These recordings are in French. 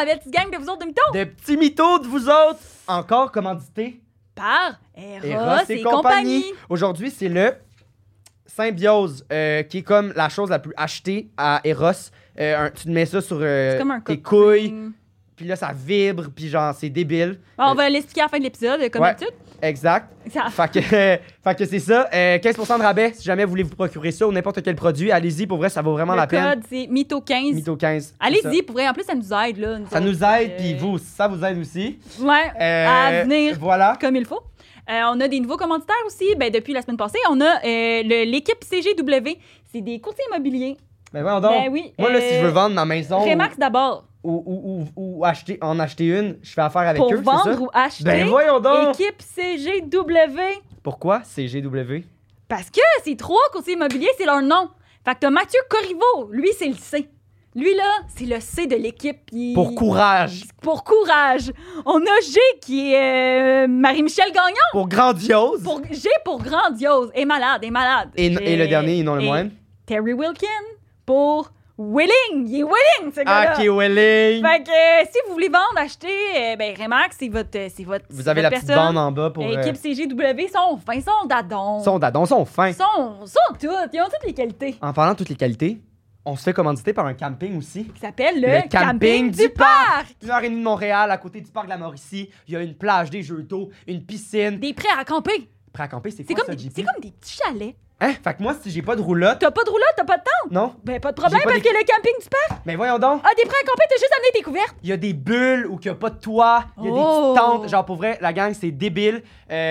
belle petite gang de vous autres de mythos. De petits mythos de vous autres, encore commandités Par Eros et compagnie. Aujourd'hui, c'est le Symbiose, qui est comme la chose la plus achetée à Eros. Tu te mets ça sur C'est comme un tes cockring. couilles, puis là, ça vibre, puis genre, c'est débile. Bon, on va l'expliquer à la fin de l'épisode, comme Ouais. d'habitude. Exact. Ça- Fait que c'est ça. 15% de rabais si jamais vous voulez vous procurer ça ou n'importe quel produit. Allez-y, pour vrai, ça vaut vraiment Le la peine. code, c'est Mytho15. Mytho 15. c'est Allez-y, ça. pour vrai. En plus, ça nous aide, là. Ça nous aide, puis vous, ça vous aide aussi. Ouais, à venir Voilà. comme il faut. On a des nouveaux commanditaires aussi. Ben, depuis la semaine passée, on a l'équipe CGW. C'est des courtiers immobiliers. Ben voyons donc. Ben oui. Moi, là, si je veux vendre ma maison Remax d'abord. ou en acheter une, je fais affaire avec Pour eux, c'est vendre ça? ou acheter. Ben voyons donc. Équipe CGW. Pourquoi CGW? Parce que ces trois courtiers immobiliers, c'est leur nom. Fait que t'as Mathieu Corriveau. Lui, c'est le C. Lui, là, c'est le C de l'équipe. Pour courage. Pour courage. On a G qui est Marie-Michel Gagnon. Pour grandiose. G pour grandiose. Et malade, et malade. Et le dernier, et non le et moindre. Terry Wilkin pour Willing. Il est willing, ce gars-là. Ah, qui est willing. Fait que si vous voulez vendre, acheter, ben Remax, c'est votre Vous avez la petite bande en bas pour... Équipe CGW sont fins, sont dadons. Sont dadons, sont fins. Sont toutes. Ils ont toutes les qualités. En parlant de toutes les qualités, on se fait commanditer par un camping aussi. Qui s'appelle le Camping du Parc. 1h30 de Montréal, à côté du parc de la Mauricie. Il y a une plage, des jeux d'eau, une piscine. Des prêts à camper. Prêt à camper, c'est C'est quoi comme, ça, JP? c'est comme des petits chalets. Hein? Fait que moi, si j'ai pas de roulotte... T'as pas de roulotte, t'as pas de tente. Non? Ben pas de problème J'ai pas parce des- que le Camping du Parc Mais voyons donc. a des prêts à camper, t'as juste amené tes couvertes. Il y a des bulles ou qu'il n'y a pas de toit. Il y a des Oh. petites tentes. Genre, pour vrai, la gang, c'est débile.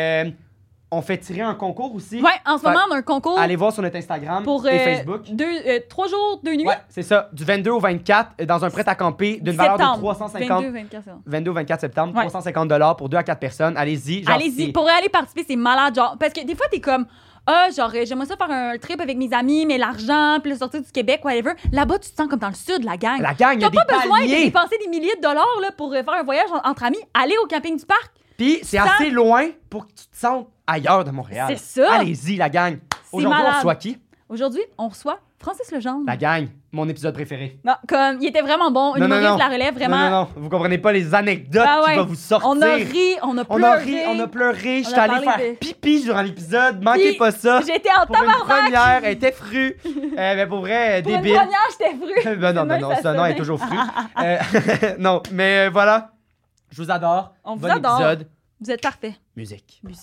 On fait tirer un concours aussi. Ouais, en ce Fait- moment, on a un concours Allez voir sur notre Instagram pour et Facebook. 3 jours, 2 nuits. Ouais, c'est ça. Du 22 au 24, dans un prêt à camper d'une valeur de Septembre. 350... 22, 24, c'est bon. 22 au 24 septembre, Ouais. 350 $ pour 2 à 4 personnes. Allez-y. Genre, Allez-y, c'est- pour aller participer, c'est malade, genre. Parce que des fois, t'es comme, ah, genre, j'aimerais ça faire un trip avec mes amis, mais l'argent, puis le sortir du Québec, whatever. Là-bas, tu te sens comme dans le sud, la gang. La gang, il y a T'as des pas besoin de paliers. dépenser des milliers de dollars là, pour faire un voyage entre amis. Allez au camping du parc. Puis c'est Ça- assez loin pour que tu te sentes ailleurs de Montréal. C'est ça. Allez-y, la gang. Aujourd'hui, on malade. reçoit qui? Aujourd'hui, on reçoit Francis Legendre. La gang. Mon épisode préféré. Non, comme, il était vraiment bon. Une humoriste de la relève, vraiment. Non. Vous comprenez pas les anecdotes Ah ouais. qui vont vous sortir. On a ri, on a On pleuré. a ri, on a pleuré. On J'étais a allé parlé faire de- pipi durant l'épisode. Manquez Puis, pas ça. J'étais en Pour une tabarnak. première, elle était fru. Mais pour vrai, Pour une débile. première, j'étais fru. Ben non, Même ça ça, non, elle est sonnait. toujours fru. Non, mais voilà. Je vous adore. On vous Bon adore. épisode. Vous êtes parfait. Musique. Musique.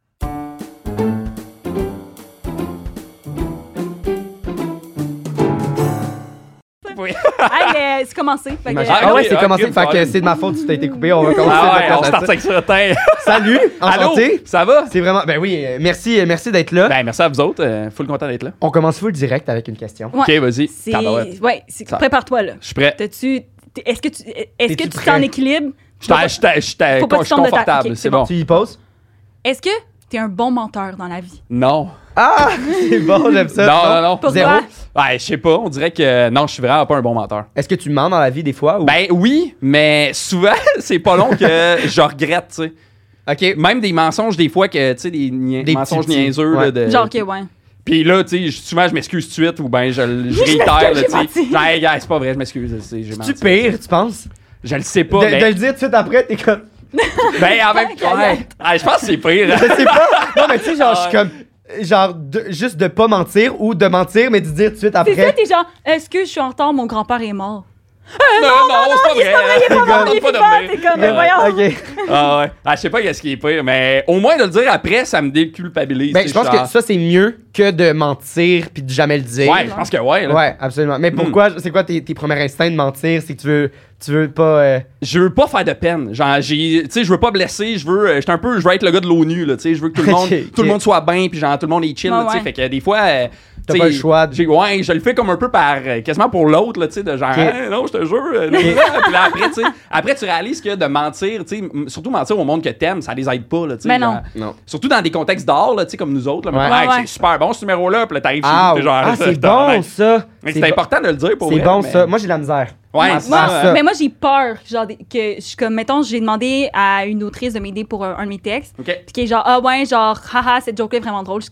Oui. Hey, c'est commencé. Fait que- Ah ouais, c'est ok, commencé. ok, Fait que ok. c'est de ma faute si t'as été coupé. On va commencer. Ah le ouais, on podcast start là-dessus. avec ça. Tiens. Salut, Allô, enchanté. ça va? C'est vraiment. Ben oui, merci d'être là. Ben, merci à vous autres. Full content d'être là. On commence full direct avec une question. Ouais. OK, vas-y. C'est... Tabarouette. Ouais, c'est... Ça- prépare-toi, là. Je suis prêt. Est-ce que T'es-tu tu prêt? t'es en équilibre? Je suis Faut pas que tu tombes de ta- confortable. ok, c'est c'est bon. Tu y poses? Est-ce que t'es un bon menteur dans la vie? Non. Ah! C'est bon, j'aime ça. Non. Pourquoi? Zéro. Ouais, je sais pas. On dirait que non, je suis vraiment pas un bon menteur. Est-ce que tu mens dans la vie des fois? Ou... Ben oui, mais souvent, c'est pas long que je regrette, tu sais. OK. Même des mensonges, des fois, que, tu sais, des mensonges petits. niaiseux. Ouais. Là, de... Genre, OK, ouais. Puis là, tu sais, souvent, je m'excuse tout de suite ou ben je réitère, là, tu sais. menti. Genre, hey, gars, c'est pas vrai, je m'excuse. J'ai Tu menti. pires, tu penses? Je le sais pas, De mais... le dire tout de suite après, t'es comme. Ben, en même temps, ouais. Ah, je pense que c'est pire. Je sais pas. Non, mais tu sais, genre, je suis comme. Genre, juste de pas mentir ou de mentir, mais de dire tout de suite C'est ça, après. t'es genre, est-ce que je suis en retard, mon grand-père est mort? Non, c'est pas vrai. Il est pas mort, il est Pas de vivant, me t'es dire. comme, mais voyons. OK. Ah ouais. Ah, je sais pas qu'est-ce qui est pire, mais au moins de le dire après, ça me déculpabilise. Ben, tu je sais, pense que ça, c'est mieux que de mentir puis de jamais le dire. Ouais, je pense que ouais. Là. Ouais, absolument. Mais pourquoi, c'est quoi tes premiers instincts de mentir? C'est que tu veux pas. Je veux pas faire de peine. Genre, tu sais, je veux pas blesser. Je veux être le gars de l'ONU, là. Tu sais, je veux que tout le monde, Ok, tout le monde soit bien, puis genre, tout le monde est chill, Ouais, là, tu sais. ouais. Fait que des fois. T'as tu pas sais, le choix de- Ouais, je le fais comme un peu par. Quasiment pour l'autre, là, tu sais, de genre, Ok. Hey, non, je te jure. Non, puis là, après, tu sais, après, tu réalises que de mentir, tu sais, surtout mentir au monde que t'aimes, ça les aide pas, là, tu sais. Mais non. genre, Non. Surtout dans des contextes d'art, là, tu sais, comme nous autres, là. Ouais. Mettons, Hey, Ouais, c'est ouais. super bon ce numéro-là, puis là, t'arrives chez Ah, nous, t'es genre. c'est bon, ça. Mais c'est important de le dire pour C'est vrai, bon, mais- ça. Moi, j'ai de la misère. Ouais, Ah, c'est Moi, ça. ça. mais moi, j'ai peur. Genre, que je suis comme, mettons, j'ai demandé à une autrice de m'aider pour un de mes textes. OK. Puis qui est genre, ah ouais, genre, haha, cette joke-là est vraiment drôle. Je suis comme,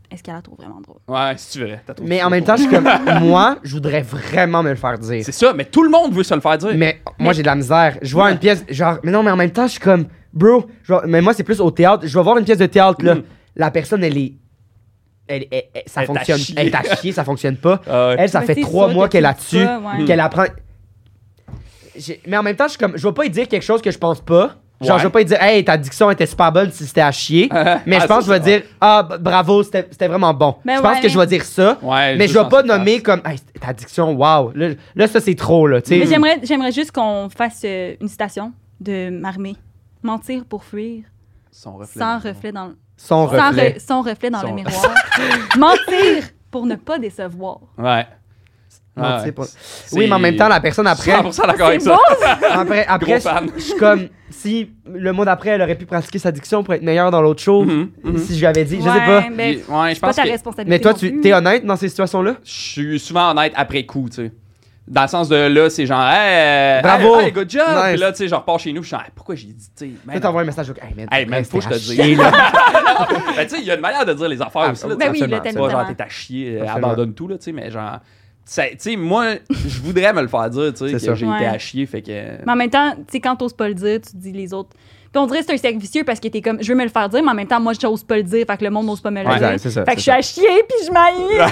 est-ce qu'elle la trouve vraiment drôle? Ouais, si tu veux. Mais en même temps, je suis comme, moi, je voudrais vraiment me le faire dire. C'est ça, mais tout le monde veut se le faire dire. Mais moi, j'ai de la misère. Je vois une pièce, genre, mais non, mais en même temps, je suis comme, bro, mais moi, c'est plus au théâtre. Je vais voir une pièce de théâtre, là. La personne, ça Elle fonctionne. t'a chié. Elle est à chier, ça fonctionne pas. Ah ouais. Elle, ça Mais fait c'est 3 ça mois que qu'elle tu a dis dessus, ça, ouais. qu'elle apprend. Mais en même temps, je suis comme, je vais pas lui dire quelque chose que je pense pas. Genre, Ouais. je vais pas lui dire, hey, ta diction était super bonne si c'était à chier. Mais je pense que je vais dire, bravo, c'était vraiment bon. Mais je pense ouais, que je vais dire ça. Ouais, Mais je vais sens pas que ça nommer comme, hey, ta diction, wow. Là, ça, c'est trop, là. tu Mais sais. j'aimerais juste qu'on fasse une citation de Marmé. Mentir pour fuir, Son reflet. sans reflet dans le... Son reflet. Sans reflet dans Son- le miroir. Mentir pour ne pas décevoir. Ouais. Mentir Ouais. pour- Oui, mais en même temps, la personne après. 100% d'accord avec C'est ça. bon? Après Gros fan. je suis comme, si le mois d'après, elle aurait pu pratiquer sa diction pour être meilleure dans l'autre show, si je lui avais dit, je sais pas. Ben, Ouais, je c'est pas pense ta que responsabilité. Mais toi, non tu plus. t'es honnête dans ces situations-là? je suis souvent honnête après coup, tu sais. Dans le sens de là, c'est genre, hey, Bravo. hey, good job. Nice. Puis là, tu sais, je repars chez nous, puis je suis genre, hey, pourquoi j'ai dit, tu sais, Toi, t'envoies un message, hey, man, Hey, man, faut que je te c'était à dise. chier, là. Ben, tu sais, il y a une manière de dire les affaires aussi. Là, Ben tu sais. oui, le C'est tellement. pas genre, t'es à chier, Absolument. abandonne tout, là, tu sais, mais genre, tu sais, moi, je voudrais me le faire dire, tu sais, C'est que ça. j'ai été Ouais. à chier, fait que. Mais en même temps, tu sais, quand t'oses pas le dire, tu te dis les autres. Puis on dirait que c'est un cercle vicieux parce que t'es comme, je veux me le faire dire, mais en même temps, moi, j'ose pas le dire, fait que le monde n'ose pas me le Ouais, dire. c'est ça. Fait que je suis à chier, puis je m'haïs.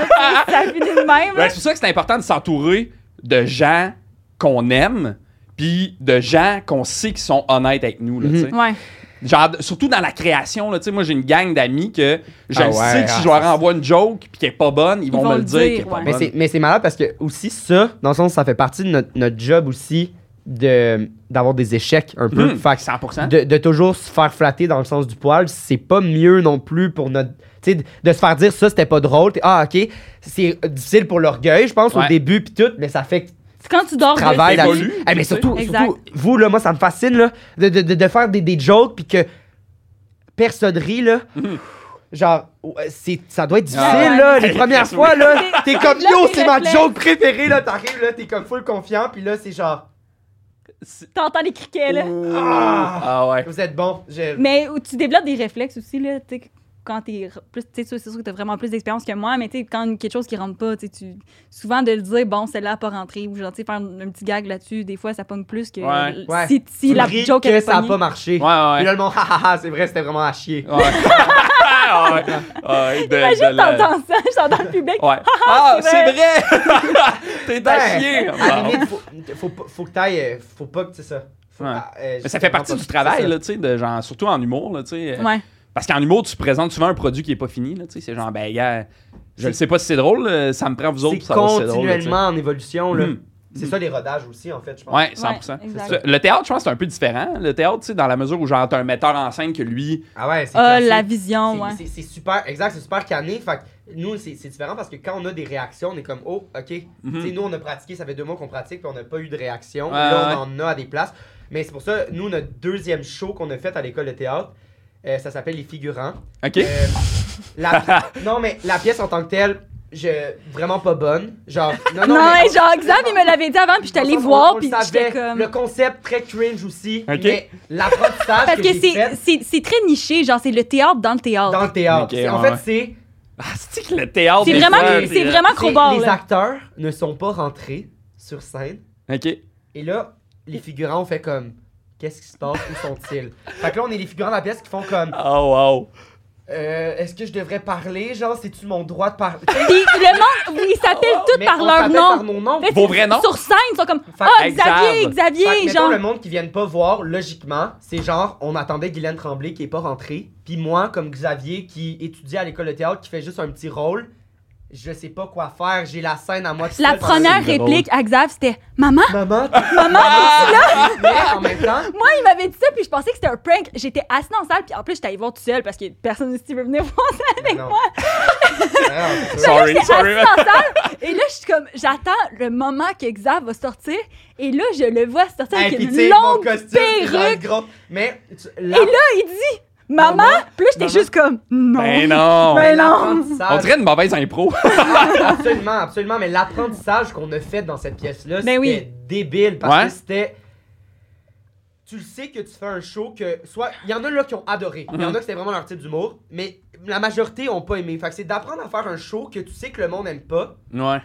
Ça finit de même. Ben, c'est pour ça que c'est important de s'entourer de gens qu'on aime, puis de gens qu'on sait qui sont honnêtes avec nous, là, tu sais. Ouais. Genre, surtout dans la création, là, tu sais, moi, j'ai une gang d'amis que je Ah le ouais, sais que si ah, je leur c'est- envoie une joke puis qu'elle est pas bonne, ils vont me le dire qu'elle est pas ouais. Mais bonne. c'est malade parce que aussi ça, dans le sens ça fait partie de notre job aussi d'avoir des échecs un peu. Fait que 100%. de toujours se faire flatter dans le sens du poil, c'est pas mieux non plus pour notre... Tu sais, de se faire dire ça, c'était pas drôle. Ok, c'est difficile pour l'orgueil, je pense, au Ouais. début puis tout, mais ça fait que C'est quand tu dors. travail évolue, là-dessus. tu Mais sais. surtout, Exact. vous, là, moi, ça me fascine, là, de faire des jokes, puis que personne rit, là. Genre, ça doit être difficile, Ouais. là, les premières fois, là. T'es comme, Là, yo, tes c'est ma réflexes. joke préférée, là. T'arrives, là, t'es comme full confiant, puis là, c'est genre, T'entends les criquets, là. Ah ouais. vous êtes bon. Mais où tu développes des réflexes aussi, là, tu sais, quand t'es plus, tu sais, c'est sûr que t'as vraiment plus d'expérience que moi, mais tu sais, quand quelque chose qui rentre pas, tu sais, souvent de le dire, bon, celle-là a pas rentré, ou genre, tu sais, faire un petit gag là-dessus, des fois, ça pogne plus que Ouais. si la ris joke que avait ça a pogné. pas marché. Ouais, ouais. Puis là, le monde, hahaha, c'est vrai, c'était vraiment à chier. Ouais. Ah ouais. Ouais, Imagine, t'entends ça, j'entends le public. Ouais. Ah, c'est c'est vrai! T'es Ben, à chier! à la limite, faut que t'ailles, faut pas que, c'est ça. Faut- Ouais. je Mais ça sais fait vraiment partie pas, du c'est travail, ça. là, tu sais, de genre, surtout en humour, là, tu sais. Ouais. Parce qu'en humour, tu présentes souvent un produit qui est pas fini, là, tu sais. C'est genre, ben, gars, je ne sais pas si c'est drôle, ça me prend vous autres C'est pour savoir si c'est drôle. là, tu sais. continuellement en évolution, là. Mhm. C'est ça les rodages aussi, en fait, je pense. Ouais, 100%. Ouais, exact. Le théâtre, je pense, c'est un peu différent. Le théâtre, tu sais, dans la mesure où, genre, t'as un metteur en scène que lui. Ah ouais, c'est Ah, classique. la vision, ouais. C'est super, exact, c'est super canné. Fait que nous, c'est différent parce que quand on a des réactions, on est comme, oh, ok. Tu sais, nous, on a pratiqué, ça fait 2 mois qu'on pratique, puis on n'a pas eu de réaction. Ouais, Là, on en a à des places. Mais c'est pour ça, nous, notre deuxième show qu'on a fait à l'école de théâtre, ça s'appelle Les Figurants. OK? Non, mais la pièce en tant que telle, vraiment pas bonne. Genre, non, Non, mais- genre, Xav, il me l'avait dit avant, puis j'étais allée on voir, le puis savait. j'étais comme. Le concept très cringe aussi. Ok. Mais l'apprentissage Parce que que j'ai fait c'est très niché, genre, c'est le théâtre dans le théâtre. dans le théâtre. Ok, En ouais, fait, ouais. c'est... Ah, c'est que le théâtre. C'est des vraiment, fois, c'est vraiment crowbar, les là. acteurs ne sont pas rentrés sur scène. OK. Et là, les figurants ont fait comme... Qu'est-ce qui se passe? Où sont-ils? Fait que là, on est les figurants de la pièce qui font comme... Oh, wow. Est-ce que je devrais parler? Genre, c'est-tu mon droit de parler? Puis le monde, ils s'appellent tous Mais par on leur s'appelle nom. par nos noms. Fait que Vos vrais noms? Sur scène, ils sont comme Fait Ah, que Xavier, Xav. Xavier, Fait que, mettons, genre. le monde qui viennent pas voir, logiquement, c'est genre, on attendait Guylaine Tremblay qui est pas rentrée, puis moi, comme Xavier, qui étudie à l'école de théâtre, qui fait juste un petit rôle, je sais pas quoi faire, j'ai la scène à moi tout La seul. première c'est drôle. réplique à Xav, c'était Maman. Maman, Maman, mais en même temps, moi, il m'avait dit ça, puis je pensais que c'était un prank. J'étais assise dans la salle, puis en plus, j'étais allée voir tout seul parce que personne ici veut venir voir ça avec non. moi. Non, c'est ça. Sorry, J'étais sorry. assise dans la salle, et là, je suis comme, j'attends le moment que Xav va sortir, et là, je le vois sortir Hey, avec puis une tu sais, mon longue costume, c'est genre perruque. gros. Mais Et là, il dit Maman. Puis là, j'étais juste comme Non. Ben non. Ben non. l'apprentissage- On dirait une mauvaise impro. Absolument, absolument. Mais l'apprentissage qu'on a fait dans cette pièce-là, Ben c'était oui. débile parce Ouais. que c'était. tu le sais que tu fais un show que soit il y en a là qui ont adoré, il y en a que c'était vraiment leur type d'humour, mais la majorité ont pas aimé. Fait que c'est d'apprendre à faire un show que tu sais que le monde aime pas, Ouais.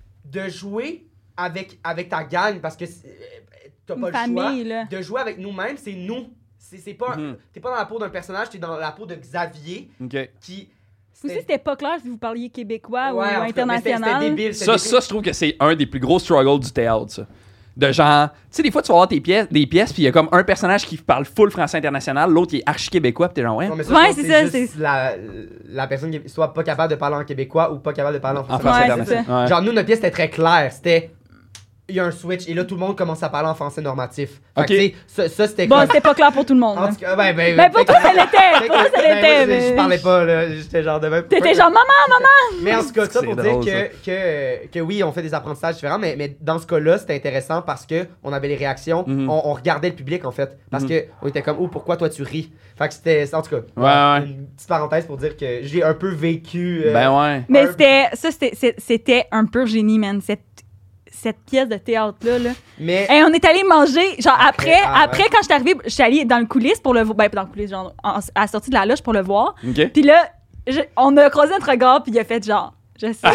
de jouer avec ta gang parce que t'as Une pas famille, le choix là. de jouer avec nous-mêmes, c'est nous. C'est pas t'es pas dans la peau d'un personnage, t'es dans la peau de Xavier OK. qui Aussi, c'était pas clair si vous parliez québécois ou Ouais, en tout cas, mais international. c'était débile, Ça, je trouve que c'est un des plus gros struggles du théâtre, ça. De genre, tu sais, des fois, tu vas avoir des pièces, puis il y a comme un personnage qui parle full français international, l'autre qui est archi québécois, puis t'es genre, ouais. Non, mais Ouais, je pense c'est que ça, juste c'est- la personne qui est soit pas capable de parler en québécois ou pas capable de parler en En français. français Ouais, international. c'est Ouais. Genre, nous, notre pièce était très claire. C'était. Il y a un switch et là, tout le monde commence à parler en français normatif. Fait Ok. que, tu sais, ça, c'était Bon, comme. c'était pas clair pour tout le monde. En là. tout cas, Ben, pour toi, ça l'était. Pour toi, ça l'était. Je mais- parlais pas, là. J'étais genre de même. T'étais genre, maman! Mais en tout cas, ça C'est pour drôle, dire que oui, on fait des apprentissages différents, mais dans ce cas-là, c'était intéressant parce que on avait les réactions, Mhm. on regardait le public en fait, parce Mhm. que on était comme, oh, pourquoi toi tu ris? Fait que c'était, en tout cas, Ouais, ouais. une petite parenthèse pour dire que j'ai un peu vécu. Ben ouais. Mais Un- c'était un pur génie, man. Cette pièce de théâtre-là. Là. Mais Et on est allé manger, genre après, Après, quand je suis arrivée, je suis allée dans le coulisses pour le voir. Ben, pas dans le coulisses, genre à la sortie de la loge pour le voir. OK. Puis là, on a croisé notre regard, puis il a fait genre, je sais.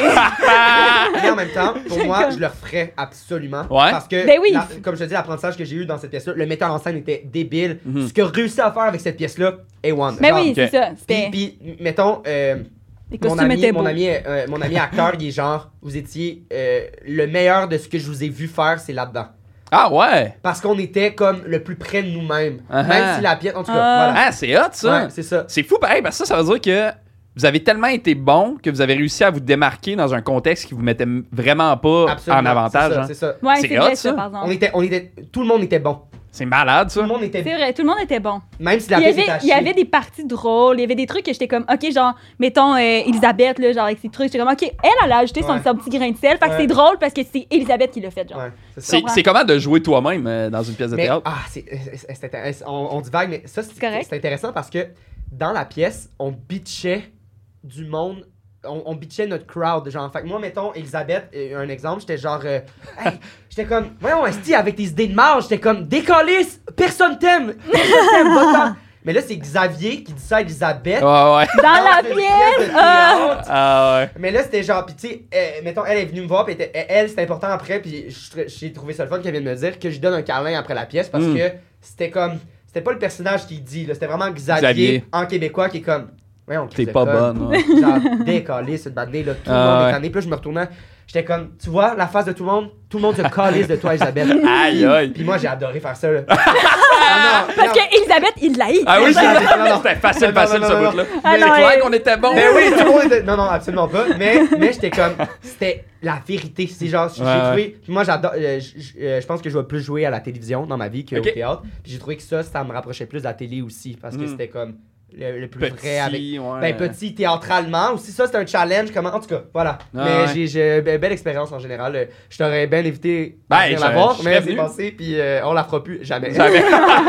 mais en même temps, pour C'est moi, comme- je le referais absolument. Ouais. Parce que, Ben oui. comme je te dis, l'apprentissage que j'ai eu dans cette pièce-là, le metteur en scène était débile. Mhm. Ce qu'il a réussi à faire avec cette pièce-là, A1. Mais Genre, oui, ok. c'est ça. C'était. Puis, mettons, Les mon costumes étaient beaux. mon ami acteur, il est genre, vous étiez le meilleur de ce que je vous ai vu faire, c'est là-dedans. Ah ouais. Parce qu'on était comme le plus près de nous-mêmes. Uh-huh. Même si la pièce, en tout cas, Ah. voilà. Ah, c'est hot, ça. Ouais, c'est ça. C'est fou pareil, parce que ça veut dire que vous avez tellement été bon que vous avez réussi à vous démarquer dans un contexte qui vous mettait vraiment pas Absolument. en avantage. C'est ça, hein. c'est ça. Ouais, C'est c'est hot, vrai, ça. ça, par exemple. On était, tout le monde était bon. C'est malade, Tout ça. le monde était C'est vrai, tout le monde était bon. Même si la Il y, pièce avait, était à il y avait chier. des parties drôles, il y avait des trucs que j'étais comme, ok, genre, mettons Elisabeth, là, genre avec ses trucs, j'étais comme, ok, elle a ajouté son, Ouais. son petit grain de sel, fait que Ouais. c'est drôle parce que c'est Elisabeth qui l'a fait, genre. Ouais, c'est ça. C'est comment de jouer toi-même dans une pièce de Mais, théâtre? on divague, mais ça, C'est correct. c'est intéressant parce que dans la pièce, on bitchait du monde. On bitchait notre crowd. Genre, fait que moi, mettons, Elisabeth, un exemple, j'étais genre. Hey, j'étais comme. Voyons, Esti, avec tes idées de marge, j'étais comme. Décalisse, personne t'aime. Personne t'aime, va-t'en. Mais là, c'est Xavier qui dit ça à Elisabeth. Ouais, ouais. Dans la une pièce! de Ah! théâtre. Ah ouais. Mais là, c'était genre, pis tu sais, mettons, elle est venue me voir, pis elle, c'était important après, pis j'ai trouvé ça le fun qu'elle vienne me dire que je donne un câlin après la pièce parce que c'était comme, c'était pas le personnage qui dit, là, c'était vraiment Xavier en québécois qui est comme, ouais, on T'es pas bonne. Ouais. Genre, décalé, cette bande là, tout le monde est tanné, pis là, je me retournais, j'étais comme, tu vois, la face de tout le monde se calisse de toi, Elisabeth. Aïe, aïe. Pis moi, j'ai adoré faire ça, là. Ah, non, Parce non. que Elisabeth, il l'a eu. Ah oui, Non, non. c'était facile, Non, facile non, ce non, bout-là. Ah C'est non, clair elle- qu'on était bon. Mais oui, tout le monde était... Non, non, absolument pas. Mais j'étais comme... C'était la vérité. C'est genre... J'ai Ouais, trouvé... Puis moi, j'adore... je pense que je vais plus jouer à la télévision dans ma vie qu'au Ok. théâtre. Puis j'ai trouvé que ça me rapprochait plus de la télé aussi. Parce que Mm. c'était comme le plus Petit, vrai avec... ouais. Ben, petit, théâtralement. Aussi, ça, c'est un challenge. Comment... En tout cas, voilà. Ah, mais ouais. j'ai belle expérience en général. Je t'aurais bien invité Ben, à venir la voir. je Mais serais c'est venu. passé. Puis on la fera plus. Jamais. Jamais.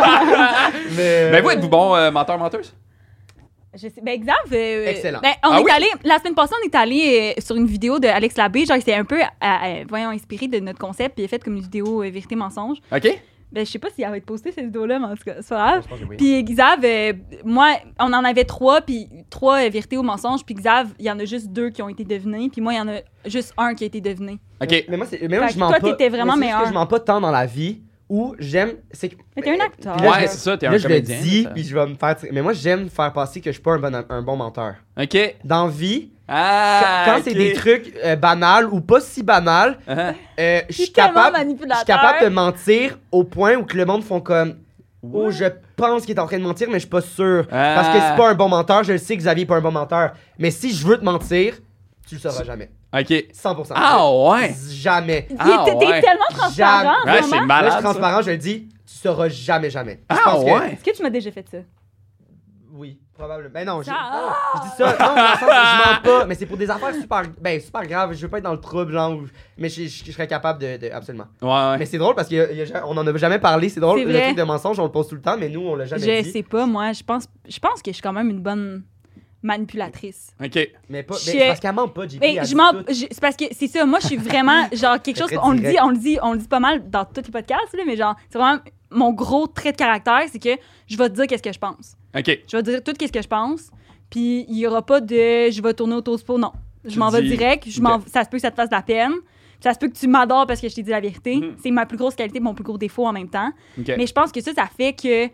mais... Mais vous, êtes-vous bon menteur-menteuse? Je sais, ben, Xav, Excellent. Ben, on Ah est oui? allé, la semaine passée, on est allé sur une vidéo de Alex Labbé, genre, il s'est un peu, voyons, inspiré de notre concept, puis il a fait comme une vidéo vérité-mensonge. OK? Ben, je sais pas si elle va être postée, cette vidéo-là, mais en tout cas, c'est pas grave. Je pense que oui. Puis Xav, moi, on en avait 3, puis 3 vérités ou mensonges, puis Xav, il y en a juste 2 qui ont été devinés, puis moi, il y en a juste un qui a été deviné. OK. Mais moi, Fait je que mens toi, pas. t'étais vraiment mais c'est juste meilleur. que je mens pas tant dans la vie où j'aime. C'est que. Mais t'es un acteur. Puis là, Ouais, je- c'est ça, t'es là, un je comédien. le dis, ça. puis je vais me faire. Mais moi, j'aime faire passer que je suis pas un bon menteur. OK. Dans vie, Ah, quand c'est ok. des trucs banals ou pas si banals, Uh-huh. je suis tellement capable. Je manipulateur. suis capable de mentir au point où que le monde font comme. Oh, je pense qu'il est en train de mentir, mais je suis pas sûr. Ah. Parce que c'est pas un bon menteur. Je le sais que Xavier est pas un bon menteur. Mais si je veux te mentir, tu le sauras jamais. OK. 100%. Ah ouais. Jamais. Ah, T'es ouais. tellement transparent, Ouais, vraiment. c'est Là, malade. je suis ça. transparent, je le dis, tu sauras jamais. Je Ah pense que- ouais. Est-ce que tu m'as déjà fait ça? Oui, probablement. Mais non, Ça- je dis ça. Non, dans le sens que je mens pas, mais c'est pour des affaires super graves. Je veux pas être dans le trouble, genre. Mais je serais capable de absolument. Ouais, ouais. Mais c'est drôle parce qu'on en a jamais parlé. C'est drôle. C'est Le vrai. truc de mensonge, on le pose tout le temps, mais nous, on l'a jamais Je dit. sais pas, moi, je pense que je suis quand même une bonne manipulatrice. OK. Mais Je- parce qu'elle ment pas, JP. Mais elle je dit m'en. tout. C'est parce que c'est ça, moi, je suis vraiment. Genre, quelque chose. Très On le direct. dit pas mal dans tous les podcasts, là, mais genre, c'est vraiment mon gros trait de caractère, c'est que je vais te dire qu'est-ce que je pense. OK. Je vais te dire tout qu'est-ce que je pense, puis il y aura pas de je vais tourner autour du pot, non. Je Tu m'en vais dis- direct, ça se peut que ça te fasse de la peine, puis ça se peut que tu m'adores parce que je t'ai dit la vérité. Mhm. C'est ma plus grosse qualité, mon plus gros défaut en même temps. OK. Mais je pense que ça fait que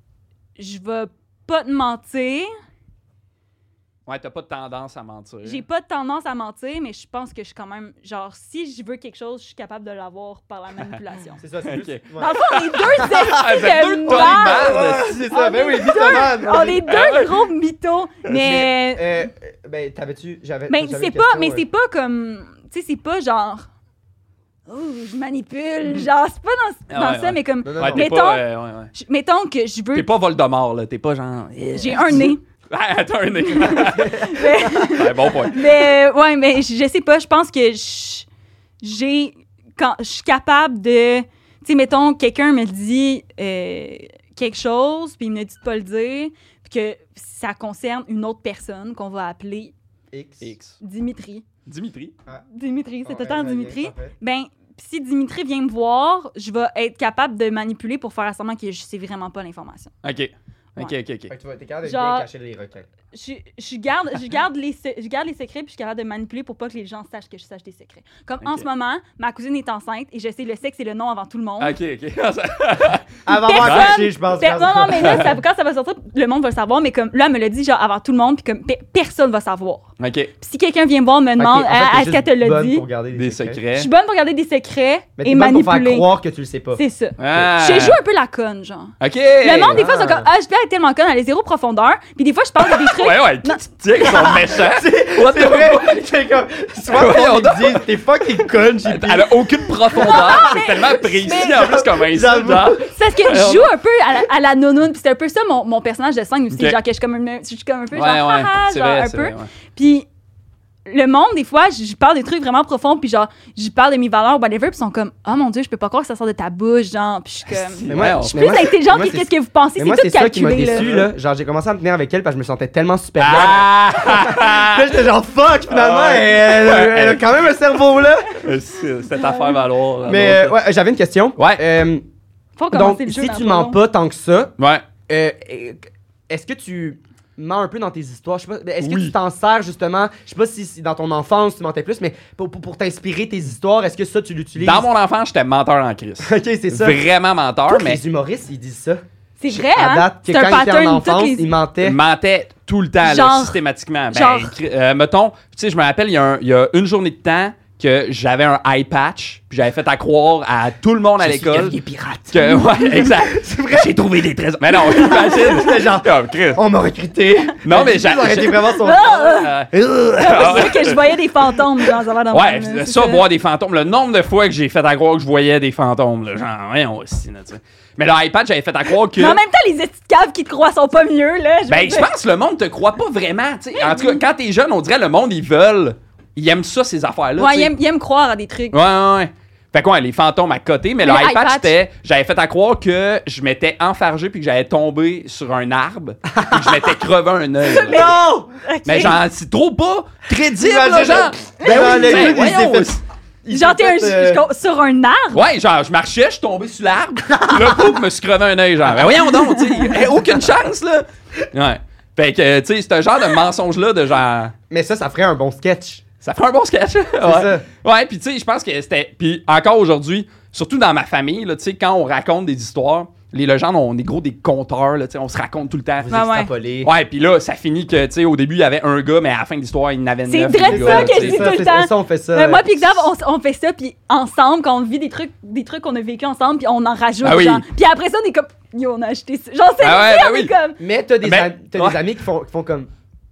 je vais pas te mentir. Ouais, t'as pas de tendance à mentir. J'ai pas de tendance à mentir, mais je pense que je suis quand même. Genre, si je veux quelque chose, je suis capable de l'avoir par la manipulation. C'est ça, c'est Ok. plus. Ouais. Dans le fond, on est deux Ah, esprits vous êtes de deux merde. talibanes. C'est ça, On ben est oui, mythomane. On est deux gros mythos. Mais. Ben, t'avais-tu. Mais j'avais c'est une pas, question, mais c'est pas comme. Tu sais, c'est pas genre. Oh, je manipule. Genre, c'est pas dans Ah ouais, ça, ouais. mais comme. Non, non, Ouais, non. t'es Mettons- pas... ouais, ouais. Mettons que je veux. T'es pas Voldemort, là. T'es pas genre... J'ai un nez. Ah, t'as un nez. mais, Ouais, bon point. ouais, mais je sais pas. Je pense que j'ai. Quand je suis capable de. Tu sais, mettons, quelqu'un me dit quelque chose, puis il me dit de pas le dire, puis que ça concerne une autre personne qu'on va appeler X. Dimitri. Dimitri. Dimitri, c'est Ouais, tout le temps ouais, Dimitri. parfait. Ben, si Dimitri vient me voir, je vais être capable de manipuler pour faire semblant que je sais vraiment pas l'information. OK. OK. Fait que tu vas t'es capable de Genre- bien cacher les requins. Je garde les secrets, puis je suis capable de manipuler pour pas que les gens sachent que je sache des secrets. Comme en Ok. ce moment, ma cousine est enceinte et je sais le sexe et le nom avant tout le monde. OK. Avant Personne- d'avoir caché, je pense. Non, mais là, quand ça va sortir, le monde va le savoir, mais comme là, elle me l'a dit genre avant tout le monde, puis comme personne va savoir. OK. Puis si quelqu'un vient me voir, me demande est-ce qu'elle te l'a dit, Pour garder Des je secrets. suis bonne pour garder des secrets Mais et t'es bonne pour faire manipuler. croire que tu le sais pas. C'est ça. Ah. Je joue un peu la conne, genre. OK. Le monde, des fois, Ah. sont comme je vais être tellement conne, elle a zéro profondeur. Puis des fois, je parle de des trucs. Ouais, Non. qui tu dis qu'ils sont méchants? What C'est the vrai, fuck? c'est comme. Souvent, Voyons on me dit, t'es fucking conne, JP. Elle a aucune profondeur. C'est tellement précis mais- en plus comme insulte, J'avoue. genre. C'est parce que je joue un peu à la nounoune. Puis c'est un peu ça mon personnage de scène aussi. Ok. Genre que je suis comme un peu Ouais, genre, ouais. haha, C'est genre vrai, un c'est peu. vrai, ouais. Puis le monde, des fois, je parle des trucs vraiment profonds. Puis genre, je parle de mes valeurs, whatever. Puis ils sont comme, oh mon Dieu, je peux pas croire que ça sort de ta bouche. Genre, puis je suis comme. Mais moi, ouais, Je suis plus intelligente que qu'est-ce que vous pensez. Mais C'est moi, tout c'est ça qui m'a calculé, déçu, là. là. Genre, j'ai commencé à me tenir avec elle parce que je me sentais tellement supérieure. Ah! Là, j'étais genre, fuck, finalement, Ah ouais. elle a quand même un cerveau, là. Cette affaire valoir. là, Mais, donc, ouais, j'avais une question. Ouais. Faut Donc, commencer le jeu si dans tu pas mens long. pas tant que ça, Ouais. est-ce que tu mens un peu dans tes histoires? Je sais pas, est-ce que Oui. tu t'en sers justement? Je sais pas si dans ton enfance tu mentais plus, mais pour t'inspirer tes histoires, est-ce que ça tu l'utilises? Dans mon enfance, j'étais menteur en crise. Ok, c'est ça. Vraiment menteur, Tous mais les humoristes, ils disent ça. C'est vrai, À hein? date, que C'est un quand ils étaient en pattern. enfance, Toutes les... ils mentaient. je mentais tout le temps, là, Genre- systématiquement. Ben, genre- mettons, tu sais, je me rappelle, il y a une journée de temps que j'avais un eye patch, puis j'avais fait à croire à tout le monde à l'école pirate. que, ouais, exact. C'est vrai? J'ai trouvé des trésors. Mais non, imagine. C'était genre, Comme Chris. on m'a recruté. Non, mais ça aurait été vraiment son. Ah! Euh, C'est sûr que je voyais des fantômes, genre, ça va dans Ouais, mon- ça, voir des fantômes. Le nombre de fois que j'ai fait à croire que je voyais des fantômes, là, genre, voyons aussi, là, tu sais. Mais le iPad, j'avais fait à croire que. Mais en même temps, les petites caves qui te croient sont pas mieux, là. Ben, je pense que le monde te croit pas vraiment, tu sais. En tout cas, quand t'es jeune, on dirait le monde, ils aiment ça, ces affaires-là. Ouais, tu sais. ils aiment croire à des trucs. Ouais. Fait quoi, les fantômes à côté, mais le Le iPad, iPad. c'était. J'avais fait à croire que je m'étais enfargé puis que j'allais tomber sur un arbre puis que je m'étais crevé un œil. là. Non! Ok. Mais genre, c'est trop pas crédible, là, Imagine, genre. Ben oui, le ben, gars, il s'est voyons, fait- il Genre, s'est t'es fait, sur un arbre. Ouais, genre, je marchais, je suis tombé sur l'arbre. Là, pouf, je me suis crevé un œil, genre. Ben voyons donc, tu sais. Aucune chance, là. Ouais. Fait que, tu sais, c'est un genre de mensonge-là de genre. Mais ça ferait un bon sketch. Ça fait un bon sketch. Ouais. ça. Ouais, puis tu sais, je pense que c'était. Puis encore aujourd'hui, surtout dans ma famille, là, tu sais, quand on raconte des histoires, les légendes, on est gros des conteurs, là, tu sais, on se raconte tout le temps. Vous Ouais, ouais. extrapolez. Ouais, puis là, ça finit que, tu sais, au début, il y avait un gars, mais à la fin de l'histoire, il y en avait C'est 9. vrai des ça gars, que tu je sais. dis tout le temps. Ça, on fait ça. Mais moi pis Xav, on fait ça, puis ensemble, quand on vit des trucs qu'on a vécu ensemble, puis on en rajoute, Ah oui. genre. Puis après ça, on est comme, yo, on a acheté ça. Genre, c'est Ah ouais, ça, ben on est oui. comme... Mais t'as Ben, des ouais. amis qui font comme.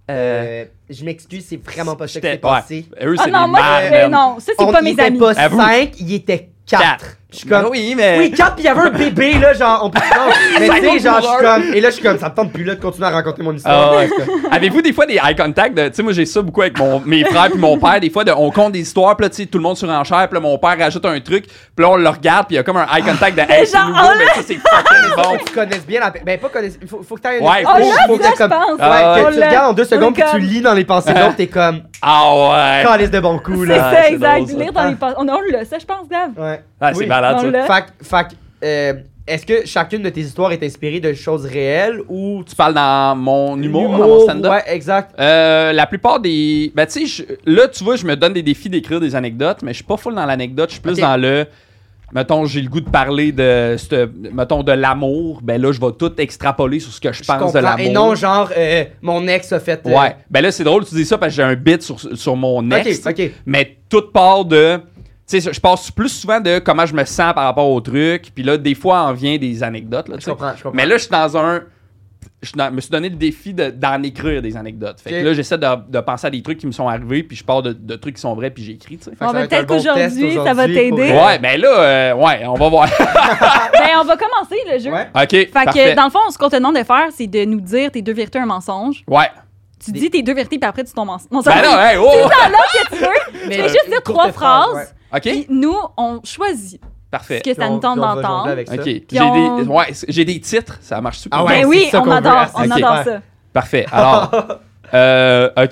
Je m'excuse, c'est vraiment pas ça qui s'est J'étais- passé. ouais. Eux, Ah c'est non, des moi, merdes. non, ça, c'est On pas il mes était amis. pas Avoue. 5, il était 4. Je suis comme. Oui, mais. Oui, quand il y avait un bébé, là, genre, on peut mais tu sais, genre, je suis comme. Et là, je suis comme, ça me tente plus, là, de continuer à raconter mon histoire. Ah ouais. Avez-vous des fois des eye contact de. Tu sais, moi, j'ai ça beaucoup avec mes frères puis mon père. Des fois, on compte des histoires, puis là, tu sais, tout le monde surenchère, puis là, mon père rajoute un truc, puis là, on le regarde, puis il y a comme un eye contact de. Hey, c'est Genre, nouveau, mais ça, c'est fucking bon. Faut que tu connaisses bien la. Ben, pas connaître. Faut que t'ailles. Ouais, faut là, que je pense. Ah Ouais, ouais. que tu regardes en 2 secondes, puis tu comme- lis dans les pensées de l'autre, t'es comme. Ah ouais. Calice de bon coup, C'est là. ça, c'est exact. drôle, ça. Lire dans les pensées. On l'a, ça, je pense, Gab. Ouais. Ah, c'est Oui. malade, On ça. l'a. Fait est-ce que chacune de tes histoires est inspirée de choses réelles ou Tu parles dans mon humour, dans mon stand-up? Ouais, exact. La plupart des. Ben, tu sais, là, tu vois, je me donne des défis d'écrire des anecdotes, mais je suis pas full dans l'anecdote. Je suis plus Ok. dans le. Mettons, j'ai le goût de parler de. Mettons, de l'amour. Ben là, je vais tout extrapoler sur ce que je pense de comprends. l'amour. Et non, genre, mon ex a fait. Ouais. Ben là, c'est drôle, tu dis ça parce que j'ai un bit sur mon ex. Ok. Mais tout part de. Tu sais, je passe plus souvent de comment je me sens par rapport au truc. Puis là, des fois, en vient des anecdotes. Là, tu Je sais. comprends. Mais là, je suis dans un. Me suis donné le défi d'en écrire des anecdotes. Fait Ok. que là, j'essaie de penser à des trucs qui me sont arrivés, puis je pars de trucs qui sont vrais, puis j'écris, tu sais. Fait que Bon, ça va ben, être un peut-être bon test qu'aujourd'hui, ça va aujourd'hui t'aider. pour- Ouais, ben là, ouais, on va voir. Ben, on va commencer le jeu. Ouais. OK, Fait parfait. que, dans le fond, ce qu'on te demande de faire, c'est de nous dire tes 2 vérités, un mensonge. Ouais. Tu dis tes 2 vérités, puis après, tu tombes ensemble. Non, ça Ben va. là, hey, oh! C'est dans l'ordre que tu veux. Mais Tu fais juste dire une 3 courte phrase, phrases. OK, Puis nous, on choisit parfait. ce que ça nous tente Puis on va jongler d'entendre. avec ça. OK. Puis on- J'ai des titres, ça marche super. Ah ouais, Ben c'est oui, ça on qu'on veut. adore, Ah, on c'est adore super. ça. Parfait. Alors, OK.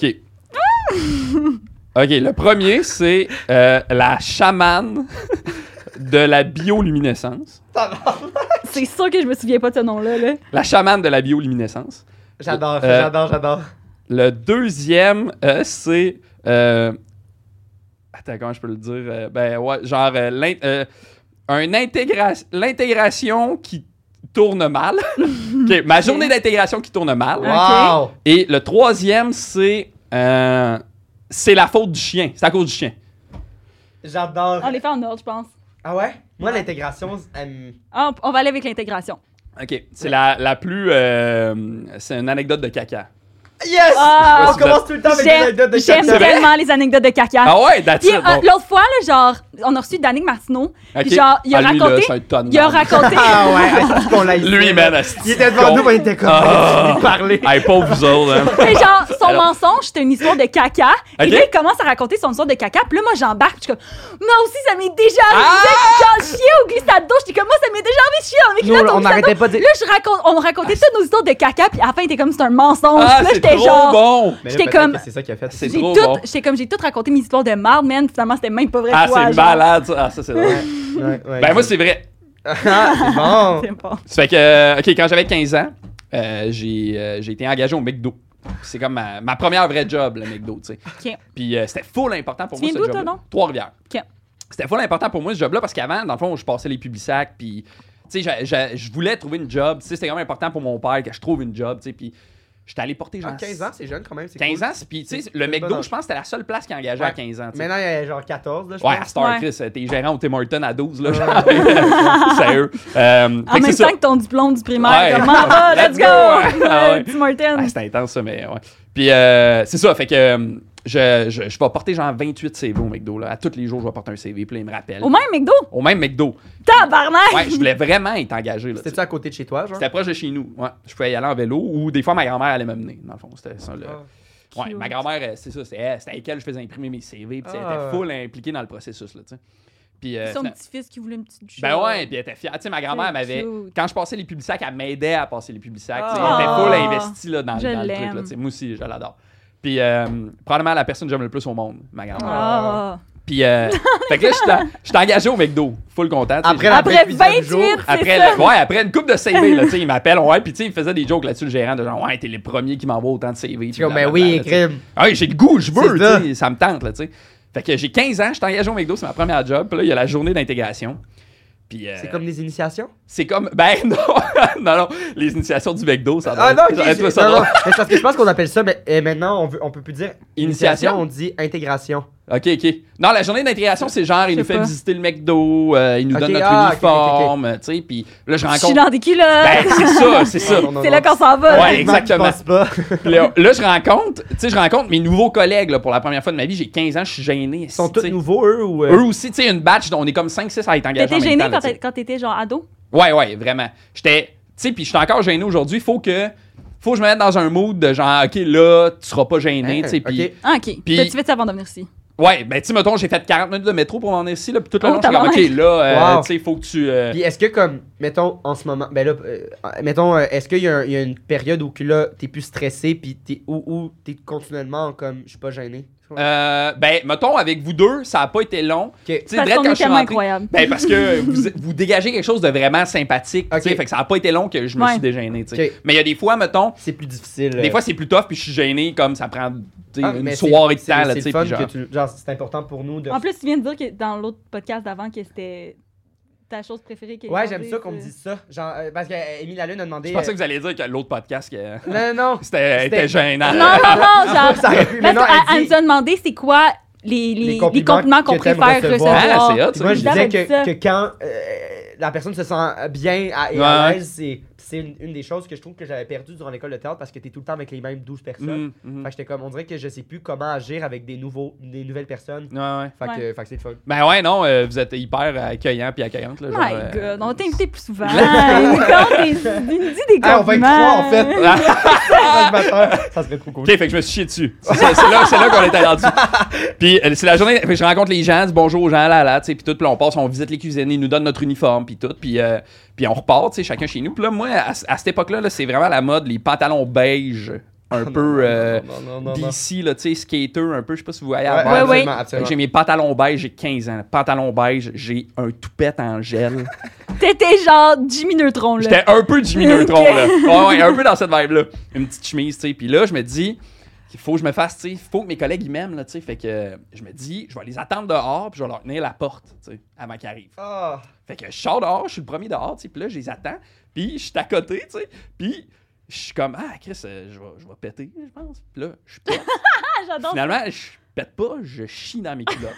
OK, le premier, c'est la chamane de la bioluminescence. C'est sûr que je me souviens pas de ce nom-là. Là. La chamane de la bioluminescence. J'adore, Euh, j'adore. Le deuxième, c'est. Attends, comment je peux le dire? Ben ouais, genre l'intégration qui tourne mal. OK, ma journée d'intégration qui tourne mal. Wow! Et le troisième, c'est la faute du chien. C'est à cause du chien. J'adore. On les fait en ordre, je pense. Ah ouais? Moi, Ouais. l'intégration, Ah, on va aller avec l'intégration. OK, c'est la plus. C'est une anecdote de caca. Yes! Ah, On commence tout le temps avec des anecdotes de J'aime caca. tellement les anecdotes de caca. Ah ouais, that's Puis it. bon. l'autre fois, là, genre, on a reçu Danick Martineau. OK. Puis genre, il a Ah, lui, là, raconté. c'est un tonne Il a de- raconté. Ah ouais, est-ce qu'on l'a ici? Lui, man, Il était devant nous, mais il était comme. Ah. Il parlait. Hey, pauvre vous autres, hein. Mais genre, son Alors- mensonge, c'était une histoire de caca. Ok. Et là, il commence à raconter son histoire de caca. Puis là, moi, j'embarque. Puis je suis comme, moi aussi, ça m'est déjà arrivé. Ah! Genre, chier au glissade d'eau. J'étais comme, moi, ça m'est déjà arrivé de chier dans mes Nous, culottes au on glissade n'arrêtait d'eau. pas de dire. Là, on racontait toutes nos histoires de caca. Puis à la fin, il était comme, c'est un mensonge. Ah, Puis là, c'est j'étais trop genre. bon. Mais là, J'étais peut-être comme- que c'est ça qu'il a fait. C'est J'ai trop tout, bon. j'étais comme, j'ai tout raconté mes histoires de marde, man. Finalement, c'était même pas vrai. Ah, quoi, c'est genre. malade, ça. Ah, ça, c'est drôle. Ouais, Ben, moi, c'est vrai. Ah, c'est bon. C'est bon. Ça fait que, OK, quand j'avais 15 ans, j'ai été engagé au McDo. C'est comme ma première vraie job, le McDo, tu sais. OK. Puis c'était full important pour Tu moi, viens ce d'où, toi, job-là. non? Trois-Rivières. OK. C'était full important pour moi, ce job-là, parce qu'avant, dans le fond, je passais les Publisac, puis, tu sais, je voulais trouver une job. Tu sais, c'était quand même important pour mon père que je trouve une job, tu sais, puis j'étais allé porter genre... Ah, 15 ans, c'est jeune quand même. c'est 15 cool. ans, puis tu sais, C'est le une McDo, bonne je pense que c'était la seule place qui engageait à 15 ans, tu sais. Maintenant, il y a genre 14, là, je Ouais, à pense. Star Ouais. Chris, t'es gérant au Tim Hortons à 12, là, Ouais. genre. Sérieux. En Fait que même c'est ça. temps que ton diplôme du primaire, Ouais. comme, ah, let's go! Ouais. Ah ouais. Tim Hortons. Ah, c'était intense, ça, mais ouais. Puis c'est ça, fait que je vais porter genre 28 CV au McDo, là. À tous les jours, je vais porter un CV, puis là, ils me rappellent. Au même McDo? Au même McDo. Tabarnak! Ouais, je voulais vraiment être engagé, là. tu sais. C'était-tu à côté de chez toi, genre? C'était proche de chez nous. Ouais. Je pouvais y aller en vélo, ou des fois, ma grand-mère allait me mener, dans le fond. C'était ça, le... Ah. Ouais, ma grand-mère, c'est ça, c'était avec elle que je faisais imprimer mes CV, puis elle Ah. était full impliquée dans le processus, là, tu sais. Puis, Son finalement- petit-fils qui voulait une petite chose. ben ouais, puis elle était fière. Tu sais, ma grand-mère C'est m'avait. cute. Quand je passais les Publisac, elle m'aidait à passer les Publisac. tu sais. Ah. Elle était full investie là, dans Je le truc. l'aime. Là, tu sais. Moi aussi, je l'adore. Puis, probablement la personne que j'aime le plus au monde, ma grand-mère. Ah. Puis, fait que là, je suis engagé au McDo, full content. tu sais. Après la Après vraie cuisine du 28, jour. c'est Après, ça. ouais, après une coupe de CV, là, tu sais, il m'appelle, ouais, puis tu sais, il faisait des jokes là-dessus, le gérant, de genre, ouais, t'es les premiers qui m'envoient autant de CV. Je suis comme, ben oui, crime. Ah oui, j'ai le goût, je veux, C'est ça. tu sais, ça me tente, là, tu sais. Fait que j'ai 15 ans, je suis engagé au McDo, c'est ma première job, puis là, il y a la journée d'intégration. Puis, C'est comme des initiations? c'est comme, ben non, non, les initiations du McDo, ça Ah non, ok, j'aurais trouvé ça non, non, drôle. mais c'est parce que je pense qu'on appelle ça, mais maintenant, on peut plus dire Initiation? on dit intégration. OK. Non, la journée d'intégration, c'est genre, il Je nous sais fait pas. visiter le McDo, il nous donne notre ok, uniforme, tu sais, puis là, je Je suis rencontre... dans des culottes. Ben, c'est ça. Non, non, C'est non. là qu'on s'en va. Ouais, là. exactement. Je pense pas. Puis là, je rencontre mes nouveaux collègues, là, pour la première fois de ma vie. J'ai 15 ans, je suis gêné. Ils sont tu tous sais. nouveaux, eux, ou... Eux aussi, tu sais, une batch, on est comme 5-6 à être engagés en T'étais même gêné temps, là, tu sais. quand t'étais genre ado? Ouais, vraiment. J'étais... Tu sais, puis je suis encore gêné aujourd'hui. Faut que je me mette dans un mood de genre, OK, là, tu seras pas gêné, tu sais, puis... Ok. Ah, OK. Puis- T'as-tu fait ça avant de venir ici? Ouais, ben, tu sais, mettons, j'ai fait 40 minutes de métro pour m'en venir ici, là, puis tout le Oh, long, je suis comme, OK, tabarnak. là, Wow. tu sais, faut que tu... Puis est-ce que, comme, mettons, en ce moment, ben là, mettons, est-ce qu'il y a une période où que là, t'es plus stressé, puis où t'es continuellement comme, je suis pas gêné? ben, mettons, avec vous deux, ça a pas été long. Ok. Tu sais, Parce direct qu'on quand est je suis tellement rentré- incroyable. Ben, parce que vous dégagez quelque chose de vraiment sympathique, tu sais, Ok. fait que ça a pas été long que je me Ouais. suis dégêné, tu sais. Ok. Mais il y a des fois, mettons, C'est plus difficile. des fois, c'est plus tough, puis je suis gêné, comme ça prend, tu sais, Ah, une mais soirée de c'est- temps, là, c'est tu sais, le fun puis genre... que genre, c'est important pour nous de... En plus, tu viens de dire que dans l'autre podcast d'avant que c'était ta chose préférée. Ouais, j'aime ça qu'on me dise ça. Genre, parce qu'Émile Lalune a demandé... Je pensais que vous alliez dire que l'autre podcast, que... Non. C'était gênant. Non, genre. Ça aurait pu, mais non, Parce elle elle dit- nous a demandé c'est quoi les compliments qu'on que t'aimes préfère recevoir. Ah, c'est hot, Puis ça. moi, je J'avais disais dit ça. que quand la personne se sent bien et Ouais. à l'aise, c'est une des choses que je trouve que j'avais perdu durant l'école de théâtre parce que t'es tout le temps avec les mêmes 12 personnes. Fait que j'étais comme, on dirait que je sais plus comment agir avec des nouvelles personnes. Ouais. Fait que c'est le fun. Ben ouais, non, vous êtes hyper accueillant puis accueillante, là. genre, My God, on t'a invité plus souvent. Il dit des Hey, on va être compliments. 3 en fait. Ça serait trop cool. OK, fait que je me suis chié dessus. C'est là qu'on était rendu. Puis c'est la journée, fait que je rencontre les gens, dis bonjour aux gens, là, tu sais, puis tout, puis on passe, on visite les cuisines, ils nous donnent notre uniforme, puis tout, puis on repart, tu sais, chacun chez nous. Puis là, moi, à cette époque-là, là, c'est vraiment la mode, les pantalons beige, un peu non. d'ici, là, tu sais, skater, un peu, je sais pas si vous voyez. Ouais, à bord. ouais. absolument, Fait absolument. que j'ai mes pantalons beige, j'ai 15 ans. Pantalons beige, j'ai un toupette en gel. T'étais genre Jimmy Neutron, là. J'étais un peu Jimmy Neutron, là. Ouais, un peu dans cette vibe-là. Une petite chemise, tu sais. Puis là, je me dis, il faut que je me fasse, tu sais, il faut que mes collègues ils m'aiment, là, tu sais. Fait que je me dis, je vais les attendre dehors, puis je vais leur tenir la porte, tu sais, avant qu'ils arrivent. Ah. Fait que je sors dehors, je suis le premier dehors, tu sais. Puis là, je les attends, puis je suis à côté, tu sais. Puis je suis comme, ah, Chris, je vais péter, je pense. Puis là, je pète. Ah, j'adore. Finalement, je pète pas, je chie dans mes culottes.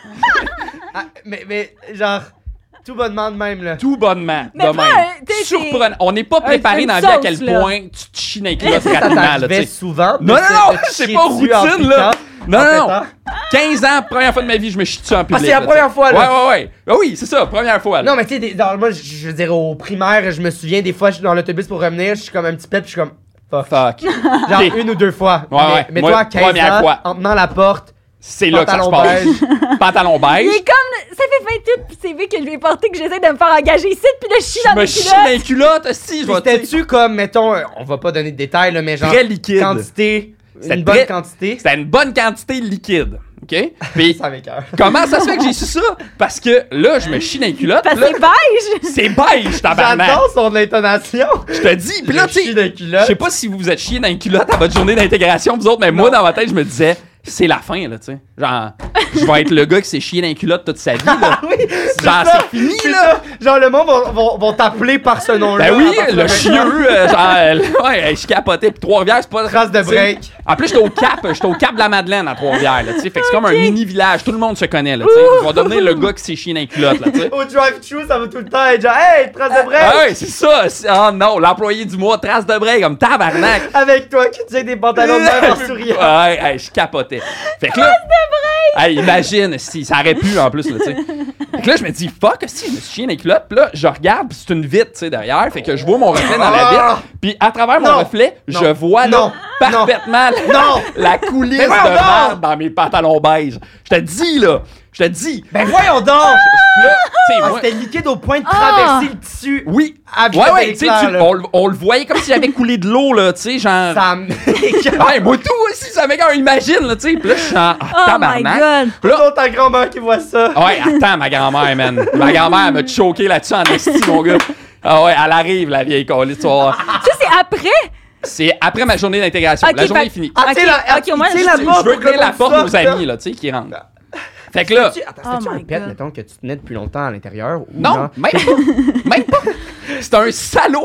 Ah, mais genre, tout bonnement de même, là. Tout bonnement, Mais de pas même. un- t'sais, Surprenant. On n'est pas préparé une dans la vie à sauce, quel là. point tu te chies dans les culottes Ça rapidement, là, t'arrivait tu sais. souvent. Non, de non, te non, c'est chier pas dessus en routine, là. piquant, Non, en non, pétant. 15 ans, première fois de ma vie, je me chie dessus en public. c'est la là, première tu sais. fois, là. Ouais. Ah oui, c'est ça, première fois. là. Non, mais tu sais, moi, je veux dire, au primaire, je me souviens, des fois, je suis dans l'autobus pour revenir, je suis comme un petit pet, puis je suis comme, fuck. Fuck. Genre, Ok. une ou deux fois. Ouais. Mais Moi, toi, à 15 première ans, fois. en tenant la porte, C'est là que ça se pantalon passe. Pantalon Il beige. est comme. Ça fait 28 CV que je lui ai porté que j'essaie de me faire engager ici, puis là, je chie Je dans me mes chie dans culottes. les culottes, si, je vais te c'était-tu comme, mettons, on va pas donner de détails, là, mais genre, Très liquide. quantité, C'était une bonne très- quantité. C'était une bonne quantité liquide. OK? Puis, Ça m'écoeure. comment ça se fait que j'ai su ça? Parce que là, je me chie dans les culottes. Parce que là, c'est beige. c'est beige, tabarnak. J'adore son intonation. Je te dis. Puis là, tu sais, je je sais pas si vous vous êtes chié dans les culottes à votre journée d'intégration, vous autres, mais moi, dans ma tête, je me disais, c'est la fin, là, tu sais. Genre, je vais être le gars qui s'est chié dans les culottes toute sa vie, là. Oui, Genre, c'est fini, c'est là. ça. Genre, le monde vont t'appeler par ce nom-là. Ben oui, à partir le de chieux, ouais, je capotais. Puis Trois-Rivières, c'est pas... Trace de tu sais, break. En plus, j'étais au Cap de la Madeleine à Trois-Rivières, là, tu sais. Fait que c'est comme un mini-village, tout le monde se connaît, là, tu sais. Je vais devenir le gars qui s'est chié dans les culottes, là, tu sais. Au drive-thru, ça va tout le temps être genre, hey, trace de break. Ah ouais, c'est ça. Oh non, l'employé du mois, trace de break, comme tabarnak. Avec toi qui tiens des pantalons de même en souriant. Ouais, hey, je capotais. Fait que là, hey, imagine si ça aurait pu en plus là, tu sais. Fait que là je me dis fuck si je me suis chié dans les culottes, puis là je regarde, puis c'est une vitre, tu sais, derrière, fait que je vois mon reflet dans la vitre, puis à travers mon Non. reflet, Non. je vois là, Non. parfaitement Non. la coulisse Mais de voyons donc. merde dans mes pantalons beige. Je te dis là, je te dis. Ben voyons donc. Là, tu sais, Ah, moi, c'était liquide au point de traverser le tissu. oui. À Ouais, tu sais, on le voyait comme si j'avais coulé de l'eau, là, tu sais, genre. Ça m'écoeure. Ouais, moi tout aussi, ça m'écoeure, imagine, là, tu sais. Puis là, je suis en Oh my tabarnak. God. Puis là, Pas ta grand-mère qui voit ça. ouais, attends, ma grand-mère, man. Ma grand-mère, elle m'a choqué là-dessus en esti, mon gars. Ah ouais, elle arrive, la vieille colisse, tu vas voir. Ça, c'est après. C'est après ma journée d'intégration. Ok, la journée fait- est finie. Ah, tu sais, Ok, la- ok, au moins, tu sais, je- la Je porte veux pour ouvrir la que porte ça aux sorte, amis, là, tu sais, qui rentrent. Fait que là, Attends, Oh c'était-tu un my pet, God. mettons, que tu tenais depuis longtemps à l'intérieur? Ou non, genre- même pas. Même pas. C'est un salaud.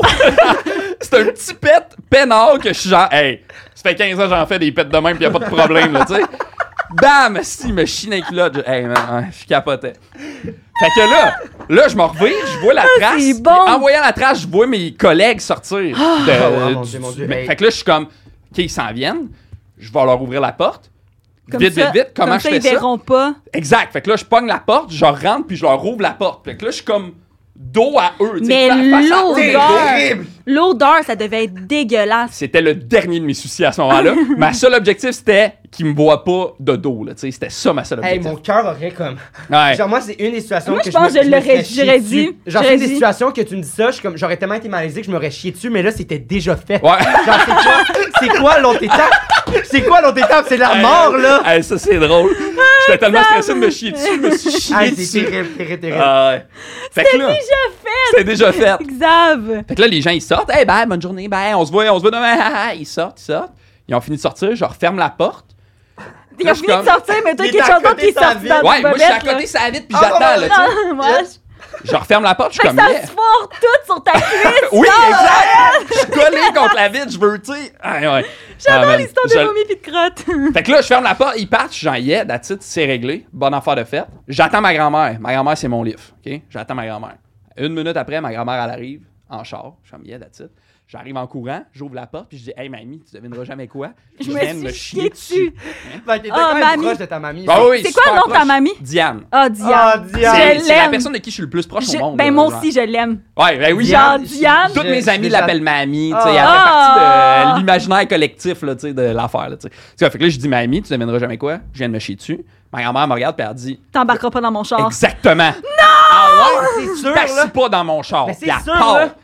C'est un petit pet peinard que je suis genre, hey, ça fait 15 ans que j'en fais des pets de même pis y a pas de problème, là, tu sais. Bam! Si, il me chie dans les culottes. Hey, man, je capotais. Fait que là, je me revire, je vois la trace. c'est bon. En voyant la trace, je vois mes collègues sortir. Mon Dieu, hey. Fait que là, je suis comme, OK, ils s'en viennent. Je vais leur ouvrir la porte. Comme Vite. Comment comme je ça, fais ils ça? verront pas. Exact. Fait que là, je pogne la porte, je rentre, puis je leur ouvre la porte. Fait que là, je suis comme dos à eux. tu sais, Mais face à eux. l'odeur, l'odeur, ça devait être dégueulasse. C'était le dernier de mes soucis à ce moment-là. Ma seul objectif, c'était qu'ils me voient pas de dos. Là, tu sais, c'était ça ma seule Hey, objectif. mon cœur aurait comme. Ouais. Genre, moi, c'est une des situations Moi, que je pense me- que je me l'aurais- serais chié j'aurais dessus. dit. Genre, J'aurais c'est des dit. situations que tu me dis ça, je suis comme, j'aurais tellement été malaisé que je m'aurais chié dessus, mais là, c'était déjà fait. Ouais. Genre, c'est quoi l'autre étape? C'est quoi l'autre étape? C'est la mort, là! Hey, ça, c'est drôle. J'étais tellement stressé de me chier dessus. Je me suis chié Hey, dessus. c'est terrible. Ah ouais. Fait que là, c'était déjà fait. Xav. Fait que là, les gens, ils sortent. Hey, bye, bonne journée. Bye, on se voit demain. Ils sortent. Ils ont fini de sortir. Je referme la porte. Il a je fini de comme- sortir, mais toi, Il est quelque à chose d'autre côté qui est de sa sorti vie. dans Ouais, ta moi, je suis à bobette, là. côté, ça vite, puis j'attends, là, tu sais. Non, moi, Je referme la porte, je suis Fait comme, que ça yeah. se fourre tout sur ta cuisse. Oui, exact! Je suis collé contre la vitre, je veux, tu sais. Ouais. J'adore man. l'histoire Je- de vomi pis de crotte. Fait que là, je ferme la porte, ils partent, je suis genre, yeah, that's it, c'est réglé. Bonne affaire de fête. J'attends ma grand-mère. Ma grand-mère, c'est mon livre, OK? J'attends ma grand-mère. 1 minute après, ma grand-mère, elle arrive en char. Je suis comme, yeah, that's it. J'arrive en courant, j'ouvre la porte, puis je dis, hey, mamie, tu devineras jamais quoi. Je viens de me suis chié dessus. Fait que t'étais Oh, quand même mamie. proche de ta mamie. Bah oui, C'est quoi super le nom de ta proche. mamie? Diane. Ah, Diane. Ah, Diane. Je C'est la l'aime. personne de qui je suis le plus proche Je- au monde. Ben, là, moi genre. aussi, je l'aime. Ouais, ben oui. Genre, Diane. Toutes mes amis déjà- l'appellent mamie, tu sais, elle fait Ah! partie de l'imaginaire collectif, là, tu sais, de l'affaire, là, tu sais. Tu sais, fait que là, je dis, mamie, tu devineras jamais quoi, je viens de me chier dessus. Ma grand-mère me regarde, puis elle dit, T'embarqueras pas dans mon char. exactement. Ah ouais? C'est sûr, T'assis là. pas dans mon char. Mais c'est Puis elle sûr, part. là.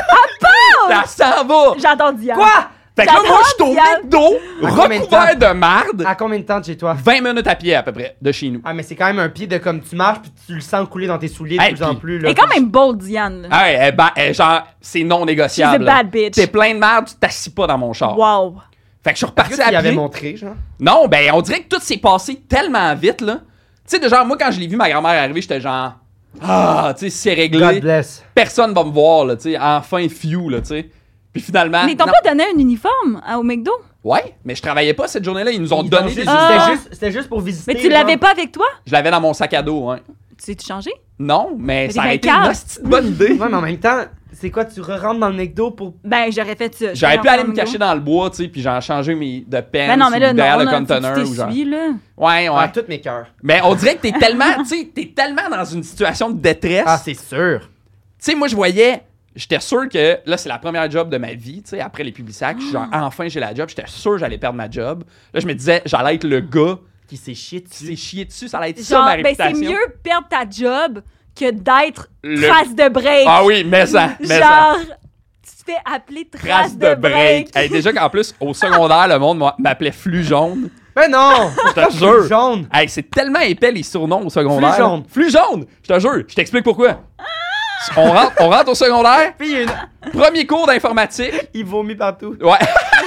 Elle s'en va. J'adore Diane. Quoi? Fait que là, moi, je suis au Diane. McDo, À combien de recouvert de marde, À combien de temps de chez toi? 20 minutes à pied, à peu près, de chez nous. Ah, mais c'est quand même un pied de comme tu marches puis tu le sens couler dans tes souliers de Hey, plus en puis- plus. Elle Là, est quand même bold, Diane. là. Ah ouais, genre, c'est non She's a négociable. bad bitch. T'es plein de merde, tu t'assis pas dans mon char. Wow. Fait que je suis Est-ce reparti que tu à y avais pied. montré, genre? Non, ben on dirait que tout s'est passé tellement vite, là. Tu sais, de genre, moi, quand je l'ai vu ma grand-mère arriver, j'étais genre... Ah, tu sais, c'est God réglé. bless. Personne va me voir, là, tu sais. Enfin, few, là, tu sais. Puis finalement... Mais ils t'ont non. pas donné un uniforme au McDo? Ouais, mais je travaillais pas cette journée-là. Ils nous ont Ils donné juste- des... Ah. C'était juste pour visiter. Mais tu l'avais genre. pas avec toi? Je l'avais dans mon sac à dos, hein. Tu t'es changé? Non, mais Mais ça des a été vainqueurs. une hostie de bonne idée. Ouais, mais en même temps, c'est quoi? Tu re-rentres dans le McDo pour. Ben, j'aurais fait ça. J'aurais pu aller me McDo. cacher dans le bois, tu sais, puis genre changer mes de pants Ben non, mais là, derrière non, le là, faut que conteneur tu ou genre. t'essuies, là. Ouais, ouais. Ah, tous mes cœurs. Mais on dirait que t'es tellement, tu sais, t'es tellement dans une situation de détresse. Ah, c'est sûr. Tu sais, moi, je voyais, j'étais sûr que là, c'est la première job de ma vie, tu sais, après les Publisacs. Je suis genre, enfin, j'ai la job. J'étais sûr que j'allais perdre ma job. Là, je me disais, j'allais être le gars Qui s'est chié qui dessus. s'est chié dessus. Ça allait être ça, Genre, ma ben, c'est réputation. mieux perdre ta job que d'être Le- trace de break. Ah oui, mais ça. Genre, tu te fais appeler trace de break. Hey, déjà qu'en plus, au secondaire, le monde m'appelait Flux jaune. Ben non! Je te jure. Flux jaune. Hey, c'est tellement épais les surnoms au secondaire. Flux jaune. Flux jaune. Je te jure. Je t'explique pourquoi. On rentre au secondaire. Puis Premier cours d'informatique. il vomit partout. Ouais.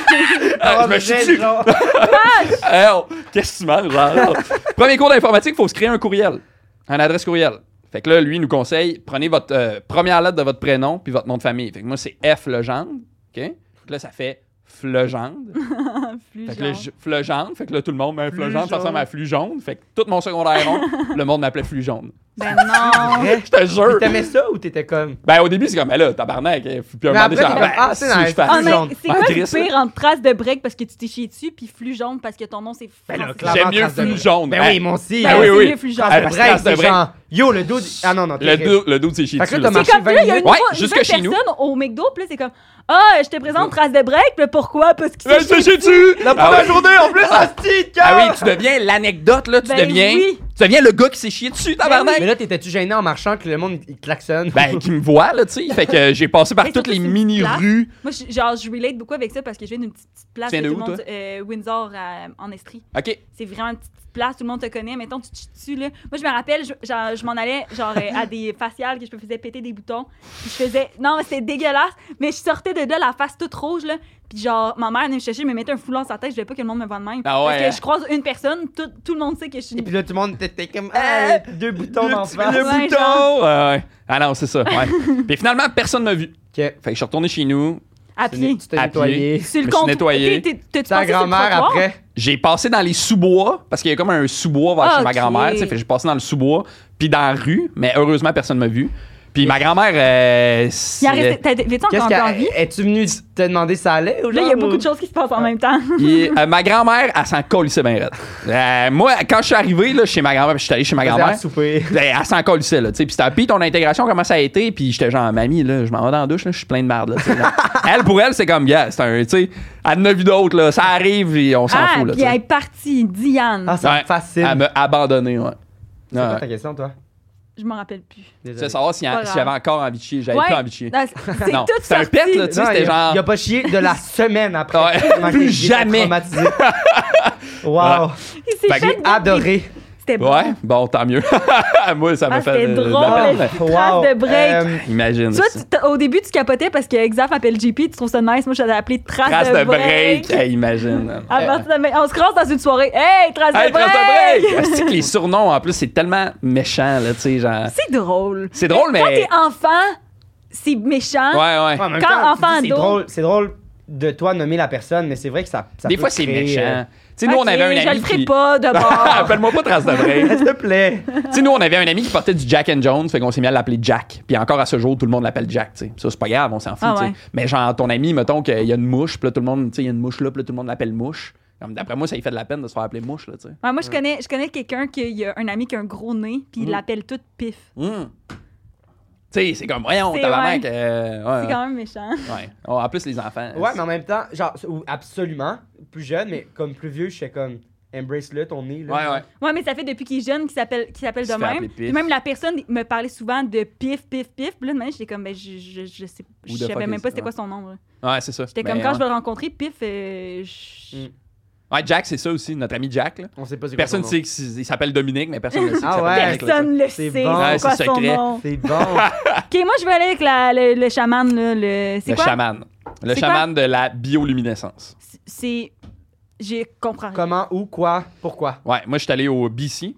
Ah, je me chie vrai, dessus. genre. Hey, qu'est-ce que tu manges, genre? Premier cours d'informatique, il faut se créer un courriel. Un adresse courriel. Fait que là, lui, il nous conseille, prenez votre première lettre de votre prénom puis votre nom de famille. Fait que moi, c'est F Legendre. OK? Fait que là, ça fait Flegendre. Plus Fait que là, genre. Flegendre. Fait que là, tout le monde, Flegendre, ça jaune. ressemble à Flux jaune. Fait que tout mon secondaire rond, le monde m'appelait Flux jaune. Ben non. Vrai? Je te jure. T'aimais ça ou t'étais comme. Ben, au début, c'est comme, ben là, tabarnak. Puis un Mais moment donné, après, j'ai t'es dit, comme, ah, c'est nice. je fais- Ah, Flux mais jaune. c'est quoi Ah, le Chris, pire entre trace de break parce que tu t'es chié dessus puis flux jaune parce que ton nom c'est Ben là, Francis? clairement, J'aime mieux trace de Flux break. jaune. Ben Hey. oui, moi aussi. Ben oui, c'est oui. mieux flux jaune. Ah, Trace de parce que break, trace de c'est break. genre. Yo, le dude. Ah non, non, terrible. Le dos, c'est chier Fait que dessus. là, là. t'as C'est comme là, il y a une Ouais, fois, jusque une chez nous. personne au McDo, puis là, c'est comme ah, je te présente trace de break, puis là, pourquoi? Parce qu'il Là, s'est je chié sais dessus. tu La première journée, en plus, à Steve, Ah oui, tu deviens l'anecdote, là. Tu Ben deviens. oui. Tu deviens le gars qui s'est chié dessus, tabarnak. Mais là, t'étais-tu gêné en marchant que le monde il klaxonne? Ben, qui me voit, là, tu sais. Fait que j'ai passé par Mais toutes surtout, les c'est une petite mini-rues. Moi, je relate beaucoup avec ça parce que je viens d'une petite place Tu viens que de tout où, le monde, Windsor, en Estrie. OK. C'est vraiment une petite place, tout le monde te connaît. Mettons, tu te chies dessus, là. Moi, je me rappelle, je m'en allais, genre, à des faciales que je me faisais péter des boutons. Puis je faisais... Non, mais c'était dégueulasse. Mais je sortais de là, la face toute rouge, là. Puis genre, ma mère venait me chercher, me mettait un foulard sur la tête. Je voulais pas que le monde me voie de même. Ah ouais, Parce hein. que je croise une personne, tout le monde sait que je suis... Et puis là, tout le monde était comme. Ah, deux boutons d'en face. Le Ouais, bouton. genre. Ouais, ouais. Ah non, c'est ça. Ouais. Puis finalement, personne m'a vu. Ok. Fait que je suis retourné chez nous. À pied. Tu t'es À nettoyé. Sur le Je me suis compte. nettoyé. T'as-tu Ta passé sur le grand-mère trottoir? après. J'ai passé dans les sous-bois, parce qu'il y a comme un sous-bois vers chez ma Ok. grand-mère, tu sais, fait que j'ai passé dans le sous-bois, puis dans la rue, mais heureusement, personne ne m'a vu. Puis ma grand-mère, Il en restait- T'avais-tu encore Qu'est-ce un peu envie? Es-tu venu te demander ça allait ou Là, il y a genre, beaucoup ou- de choses qui se passent en même temps. ma grand-mère, elle s'en colissait bien raide. Moi, quand je suis arrivé là, chez ma grand-mère, puis je suis allé chez ma Faisais grand-mère, à souper. elle s'en colissait, là, tu sais. Puis c'était, puis ton intégration, comment ça a été? Puis j'étais genre, mamie, là, je m'en vais dans la douche, là, je suis plein de merde, là, tu sais, là. Elle, pour elle, c'est comme, gars, c'est un, tu sais, elle en a vu d'autres, là, ça arrive, et on s'en fout, là, Puis tu elle sais. est partie, Diane. Ah, c'est Ouais. facile. Elle m'a abandonné, ouais. C'est quoi Ouais. ta question, toi? Je m'en rappelle plus. Tu veux savoir si Pas grave. j'avais encore envie de chier. J'avais Ouais. plus envie de chier. Non, c'est Non, tout c'est un sorti. pet, là, tu sais, Non, c'était il a- genre. Il a pas chié de la semaine après. Ouais. Tellement Plus qu'il était jamais. traumatisé. Wow. Ouais. Il s'est Fait que fait J'ai adoré. C'était bon. Ouais, bon, tant mieux. Moi, ça m'a Ah, fait. c'était de drôle, la le peine. petit trace de break. Imagine. Toi, ça. au début, tu capotais parce que Xaf m'appelle JP, tu trouves ça nice. Moi, je t'avais appelé trace Trace de break. Hey, imagine. À partir de- on se croise dans une soirée. Hey, trace Hey, de break! trace de break! C'est que les surnoms, en plus, c'est tellement méchant, là, tu sais, genre. C'est drôle. C'est drôle, Quand mais. t'es enfant, c'est méchant. Ouais, ouais. En même Quand temps, enfant c'est ado. drôle, c'est drôle de toi nommer la personne, mais c'est vrai que ça Des peut fois, c'est créer, méchant. Tu sais, nous, on Ok, avait un ami. je le ferai qui- pas de bord. Appelle-moi pas trace de break. S'il te plaît. Tu sais, nous, on avait un ami qui portait du Jack and Jones, fait qu'on s'est mis à l'appeler Jack. Puis encore à ce jour, tout le monde l'appelle Jack, tu sais. Ça, c'est pas grave, on s'en fout, Ah tu sais. ouais. Mais genre, ton ami, mettons qu'il y a une mouche, puis là, tout le monde, tu sais, il y a une mouche là, puis là, tout le monde l'appelle mouche. Comme, d'après moi, ça lui fait de la peine de se faire appeler mouche, là, tu sais. Ouais, moi, je connais quelqu'un qui a un ami qui a un gros nez, puis il l'appelle tout pif. Tu sais, c'est comme, voyons, C'est tabarnak. ouais. Ouais, C'est quand même méchant. ouais. Oh, en plus, les enfants. Ouais, mais en même temps, genre, ou absolument, plus jeune, mais comme plus vieux, je fais comme, embrace-le, ton nez, là. Ouais, ouais. Ouais, mais ça fait depuis qu'il est jeune qu'il s'appelle Qui de se fait même. appeler Pif. Puis même la personne me parlait souvent de pif, pif, pif. Puis là, de même, j'étais comme, ben, je sais, Who je the savais fuck même is- pas c'était ouais. quoi son nom. là. Ouais, c'est ça. J'étais Mais, comme, quand ouais. je vais le rencontrer, pif, Ouais, Jack, c'est ça aussi, notre ami Jack, là. On sait pas c'est quoi Personne ne son sait nom. qu'il s'appelle Dominique, mais personne ne sait qu'il Ah s'appelle ouais. Jack, là, personne le C'est sait. bon. Ouais, C'est quoi c'est son secret. nom? C'est bon. Ok, moi, je vais aller avec le chaman. Là, c'est Le quoi? chaman. Le C'est chaman de la bioluminescence. C'est. J'ai compris. Comment, où, quoi, pourquoi? Ouais, moi, je suis allé au BC.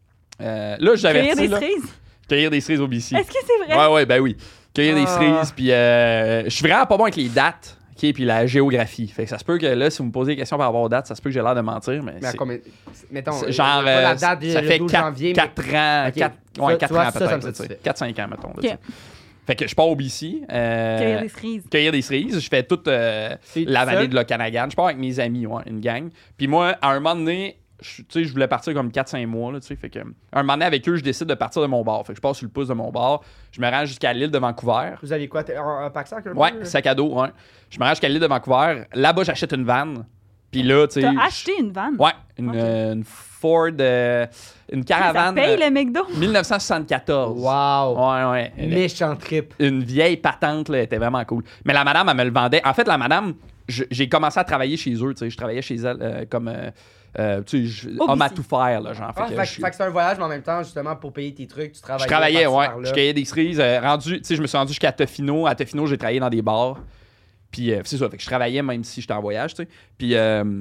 Là, j'avais Cueillir des là, cerises? cueillir des cerises au BC. Est-ce que c'est vrai? Ouais, ouais, ben oui. Cueillir des Ah. cerises, puis je suis vraiment pas bon avec les dates, ok, puis la géographie. Fait que ça se peut que là, si vous me posez des questions par rapport aux dates, ça se peut que j'ai l'air de mentir, mais Mais à c'est- combien. Mettons, c'est genre, pas la date, ça le fait 12 4 janvier. mais- 4 ans, Ok. 4 Tu vois, 4 ça, ans ça me peut-être, là, tu sais. satisfait. 4-5 ans, mettons. là, Ok. tu sais. Fait que je pars au BC. Cueillir des cerises. Cueillir des cerises. Je fais toute T'es la tout vallée seul? de l'Okanagan. Je pars avec mes amis, ouais, une gang. Puis moi, à un moment donné, tu sais, je voulais partir comme 4-5 mois, là, tu sais. Fait que, un moment donné, avec eux, je décide de partir de mon bar. Fait que je pars sur le pouce de mon bar. Je me rends jusqu'à l'île de Vancouver. Vous aviez quoi? Un pack-sac? un peu? Ouais, sac à dos, ouais. Je me rends jusqu'à l'île de Vancouver. Là-bas, j'achète une vanne. Puis là, tu sais. T'as acheté une vanne? Ouais, Ok. une Ford, une caravane. Ça paye le McDo? 1974. Wow. Ouais, ouais. Méchant trip. Une vieille patente, là, elle était vraiment cool. Mais la madame, elle me le vendait. En fait, la madame, j'ai commencé à travailler chez eux, tu sais. Je travaillais chez elle comme, tu sais, homme à BC. tout faire, là, genre. Ah, Fait que fait je- que c'est un voyage, mais en même temps, justement, pour payer tes trucs, tu travaillais. je travaillais, par-ci, ouais. par-là. Je cueillais des cerises. Tu sais, je me suis rendu jusqu'à Tofino. À Tofino, j'ai travaillé dans des bars. Puis c'est ça, fait que je travaillais même si j'étais en voyage, tu sais. Puis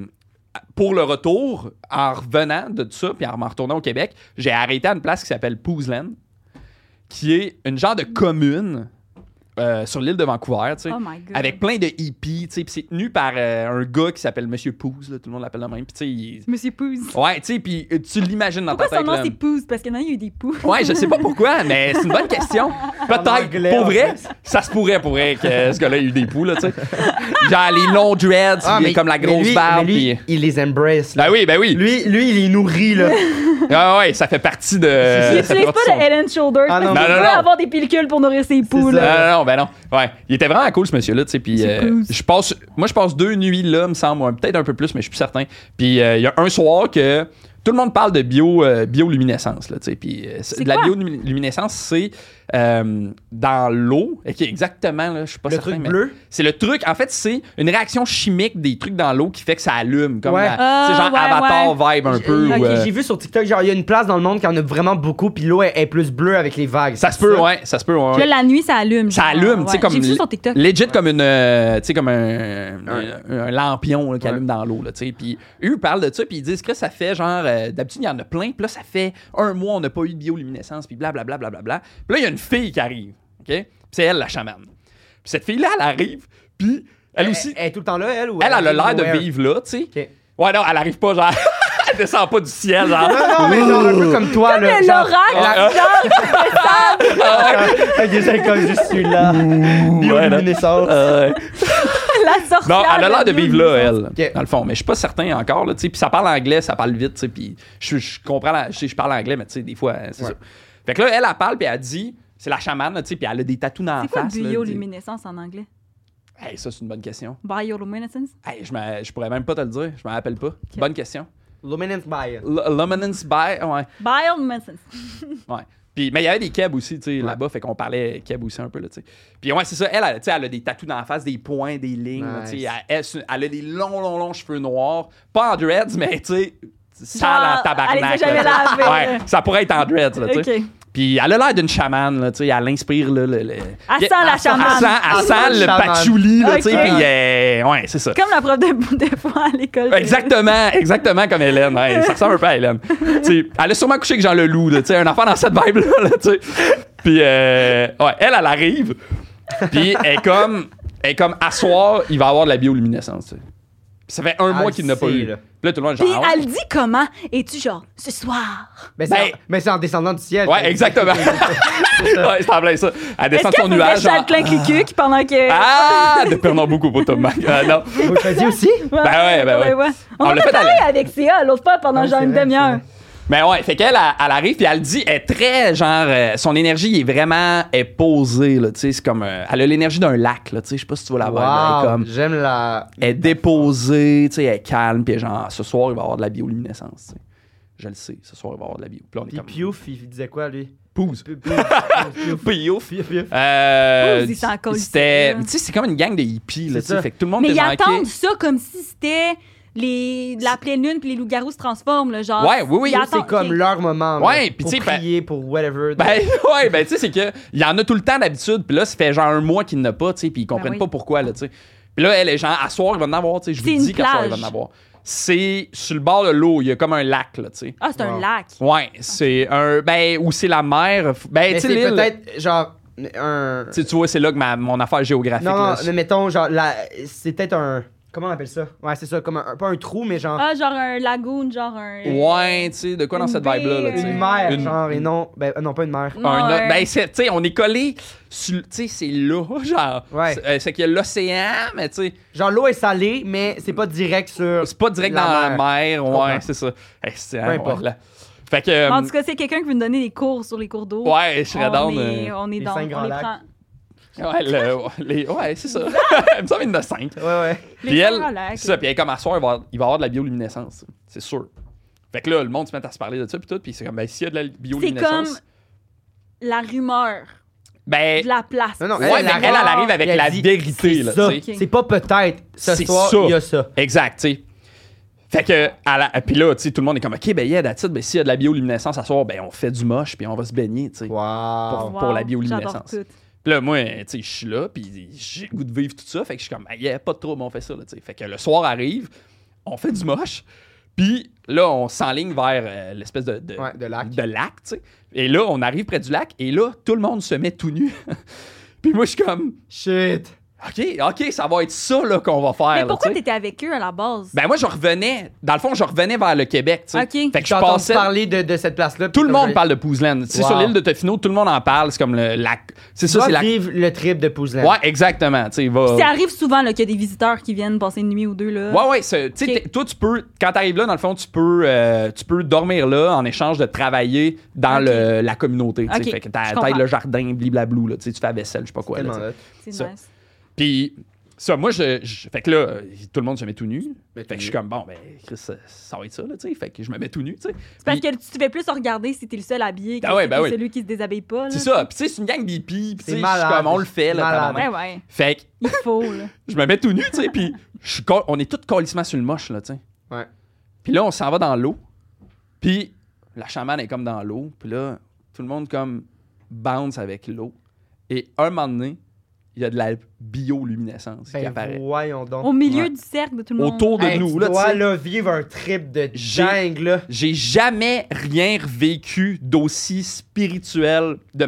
pour le retour, en revenant de tout ça, puis en m'en retournant au Québec, j'ai arrêté à une place qui s'appelle Poosland, qui est une genre de commune sur l'île de Vancouver, tu sais. Oh my God. Avec plein de hippies, tu sais, puis c'est tenu par un gars qui s'appelle Monsieur Pouz, là, tout le monde l'appelle de même, puis tu sais, Monsieur Pouze. ouais, tu sais, puis tu l'imagines dans Pourquoi ta son tête, nom là. c'est Pouze? Parce qu'il y en a eu des poux. Ouais, je sais pas pourquoi, mais c'est une bonne question. Peut-être, anglais, pour en vrai, plus. ça se pourrait pour vrai que ce gars-là ait eu des poux, là, tu sais. Genre les longs dreads, comme la grosse barbe, mais lui, puis... il les embrace. Là. Ben oui. Lui, il les nourrit, là. Ah ouais, ça fait partie de... Il ça fait utilise partie pas de le Head and Shoulders Ah, parce non, qu'il non, veut non. avoir des pellicules pour nourrir ses poux. C'est ça. Là. Non, ben non. Ouais. Il était vraiment cool, ce monsieur-là, tu sais. Puis C'est cool. je passe 2 nuits là, me semble, peut-être un peu plus, mais je suis plus certain. Puis il y a un soir que tout le monde parle de bioluminescence, là, tu sais. Puis C'est de la quoi? bioluminescence, c'est dans l'eau. Ok, exactement, là, je suis pas Le certain. truc mais bleu. c'est le truc, en fait, c'est une réaction chimique des trucs dans l'eau qui fait que ça allume. Comme Ouais. tu sais, genre Ah, ouais, Avatar vibe un peu. Ok, ou, j'ai vu sur TikTok, genre, il y a une place dans le monde qui en a vraiment beaucoup, puis l'eau est plus bleue avec les vagues. ça se peut, ouais. Ça se peut, ouais. Puis là, la nuit, ça allume. Ça genre, allume, tu sais, ouais. comme J'ai vu ça sur TikTok. legit comme une, tu sais, comme un lampion là, qui Ouais. allume dans l'eau, là, tu sais. Puis eux parlent de ça, puis ils disent que ça fait genre, d'habitude il y en a plein, puis là ça fait un mois on n'a pas eu de bioluminescence, puis blablabla, blablabla. Puis là il y a une fille qui arrive, ok, puis c'est elle la chamane. Puis cette fille là elle arrive, puis Elle aussi. Elle est tout le temps là, elle? Ou Elle a l'air de nowhere? vivre là, tu sais. Ok. Ouais, non, elle arrive pas, genre. Elle descend pas du ciel, genre. Non, mais genre un peu comme toi, là. Mais genre, l'oracle, genre, avec des icônes, je suis là. Bioluminescence. la sorcière. Non, elle a l'air de vivre là, elle, Ok. dans le fond. Mais je suis pas certain encore, là, tu sais. Puis ça parle anglais, ça parle vite, tu sais. Puis je comprends, je parle anglais, mais tu sais, des fois, c'est ça. Fait que là, elle parle, puis elle dit, c'est la chamane, là, tu sais, puis elle a des tatous dans la C'est quoi face. là, bioluminescence en anglais? Hey, ça, c'est une bonne question. Bioluminescence? Hey, je pourrais même pas te le dire, je m'en rappelle pas. Bonne question. Luminance by. Luminance by, ouais. Bioluminescence. Ouais. Puis, mais il y avait des kebs aussi, tu sais, là-bas, fait qu'on parlait keb aussi un peu, là, tu sais. Puis, ouais, c'est ça, tu sais, elle a des tatous dans la face, des points, des lignes, là, tu sais. Elle a des longs cheveux noirs. Pas en dreads, mais, tu sais, sale en tabarnak. Elle les a jamais là, lavés, ouais, ça pourrait être en dreads, là, tu sais. OK. Puis, elle a l'air d'une chamane, là, tu sais, elle inspire, là, le... Elle sent la chamane. Elle sent le chamane. patchouli, là, tu sais, Ok. puis, ouais, c'est ça. Comme la prof de foi à l'école. Exactement comme Hélène. Ouais, ça ressemble un peu à Hélène. T'sais, elle a sûrement couché avec Jean Leloup, là, un enfant dans cette vibe-là. Là, t'sais. Puis, ouais, elle arrive. Puis, elle est comme, à soir, il va avoir de la bioluminescence. T'sais. Puis ça fait un mois qu'il n'a pas eu. Là. Puis là, tout le monde est Puis genre. Ah ouais? elle dit comment? Es-tu genre, ce soir? Mais c'est en descendant du ciel. Ouais, exactement. Ouais, c'est en plein ça. Elle Est-ce descend de son qu'elle nuage. faisait Châtelain Clicuc pendant que... Ah! De Pernambouc au Potomac. Non. Vous le faisiez aussi? Ben ouais. On On a l'a fait parlé avec CA l'autre fois pendant Ouais, genre c'est une vrai, demi-heure. Mais ouais, fait qu'elle elle arrive puis elle dit, elle est très genre, son énergie est vraiment posée là, tu sais, c'est comme, elle a l'énergie d'un lac là, tu sais, je sais pas si tu vois la vibe, elle est comme, J'aime la. elle est déposée, tu sais, elle est calme puis genre, ce soir il va y avoir de la bioluminescence, tu sais. Je le sais, ce soir il va y avoir de la bio. Puis là, on est Puis comme, Piouf, il disait quoi, lui? pousse. Piouf. Piouf. Pousse, il s'en colle, C'était, c'est tu sais, c'est comme une gang de hippies là, C'est tu sais, ça. fait que tout le monde Mais était ils genre, attendent ok. ça comme si c'était la pleine lune puis les loups-garous se transforment, là, genre. Ouais, oui. Ils C'est attendent, comme ok. leur moment. là, Ouais, puis pour tu sais, prier, pour whatever. Ben, ouais, ben, tu sais, c'est que, il y en a tout le temps d'habitude, puis là, ça fait genre un mois qu'il n'a pas, tu sais, puis ils comprennent oui. pas pourquoi, là, tu sais. Puis là, elle est genre, à soir, il va en avoir, tu sais, je C'est vous une dis qu'à soir, il va plage. en avoir. C'est sur le bord de l'eau, il y a comme un lac, là, tu sais. Ah, c'est un Wow. lac. Ouais, c'est un, ben, où c'est la mer, ben, Mais tu sais, c'est l'île. peut-être genre un. Tu sais, tu vois, c'est là que mon affaire géographique, Non, là. mais mettons, genre, c'est peut-être un. Comment on appelle ça? Ouais, c'est ça, comme pas un trou, mais genre. Ah, genre un lagoon, genre un... Ouais, tu sais, de quoi dans Une cette vibe-là, là, baie, tu sais. Une mer, Une- genre, et non. Ben, non, pas une mer. Ben, tu sais, on est collé sur, tu sais, c'est là, genre. Ouais. C'est qu'il y a l'océan, mais tu sais, Genre, l'eau est salée, mais c'est pas direct sur. c'est pas direct La dans la mer. mer, ouais, comprends. c'est ça. Hey, c'est, Peu hein, importe. ouais, là. Fait que. En tout cas, c'est quelqu'un qui veut nous donner des cours sur les cours d'eau. Ouais, je serais down. On est les dans... cinq On grands les lacs. prend... Ouais, c'est ça. Il me semble qu'il y en a 5. Ouais. Puis Les elle, cinq grands lacs. c'est ça, puis elle, comme à soir, il va y avoir de la bioluminescence. C'est sûr. Fait que là, le monde se met à se parler de ça, puis tout, puis c'est comme, ben, s'il y a de la C'est bioluminescence. comme la rumeur Ben, de la place. Non, non, ouais, mais elle arrive avec Puis elle la dit, vérité, c'est là, ça. tu sais. C'est pas peut-être. Ce C'est soir, ça. il y a ça. Exact, tu sais. Fait que, puis là, tu sais, tout le monde est comme, OK, ben, yeah, that's it, ben, s'il y a de la bioluminescence à soir, ben, on fait du moche, puis on va se baigner, tu sais. Wow. pour la bioluminescence. J'adore tout. Puis là, moi, tu sais, je suis là, puis j'ai le goût de vivre tout ça. Fait que je suis comme, yeah, pas de trouble, on fait ça, là, tu sais. Fait que le soir arrive, on fait du moche, puis là, on s'enligne vers l'espèce de lac. de lac, tu sais. Et là, on arrive près du lac, et là, tout le monde se met tout nu. Puis moi, je suis comme, Shit. OK, ça va être ça, là, qu'on va faire, Mais là, pourquoi tu sais. t'étais avec eux à la base? Ben moi, je revenais vers le Québec, tu sais. OK. Fait que J'ai je entendu passais... parler de cette place-là. Tout le monde parle de Pouzeland. Tu sais, Wow. sur l'île de Tofino, tout le monde en parle. C'est comme le lac. C'est Tu ça, dois c'est la... vivre le trip de Pouzeland. Ouais, exactement. Tu sais, va... Ça arrive souvent là, qu'il y a des visiteurs qui viennent passer une nuit ou deux. Là. Ouais, tu sais, Ok. toi, tu peux, quand t'arrives là, dans le fond, tu peux dormir là en échange de travailler dans Ok. la communauté. Tu sais. Ok, Fait que je t'aides comprends. le jardin, bliblablou, là, tu sais, tu fais la vaisselle, je sais pas quoi. Là, Tellement tu sais. hot. C'est ça. nice. Puis, ça, moi, fait que là, tout le monde se met tout nu. Mais Fait tout que je suis nu. comme, bon, ben, Chris, ça va être ça, là, tu sais. Fait que je me mets tout nu, tu sais. C'est parce Puis- que tu te fais plus regarder si t'es le seul habillé que Ah ouais, si ben t'es oui. celui qui se déshabille pas. là. C'est ça. Puis, tu sais, c'est une gang d'hippies. Puis, tu sais, je suis malade. comme, on le fait, là, Malade. tabarnak. Ouais. Fait que Il faut, là. je me mets tout nu, tu sais, puis on est tous colissement sur le moche, là, tu sais. Ouais. Puis là, on s'en va dans l'eau, puis la chamane est comme dans l'eau, puis là, tout le monde comme bounce avec l'eau. Et un moment donné, il y a de la bioluminescence qui Ben apparaît. voyons donc. Au milieu Ouais. du cercle de tout le monde. Autour de Hey, nous, tu là, tu dois sais. là, vivre un trip de J'ai- dingue, là. J'ai jamais rien vécu d'aussi spirituel de ma vie.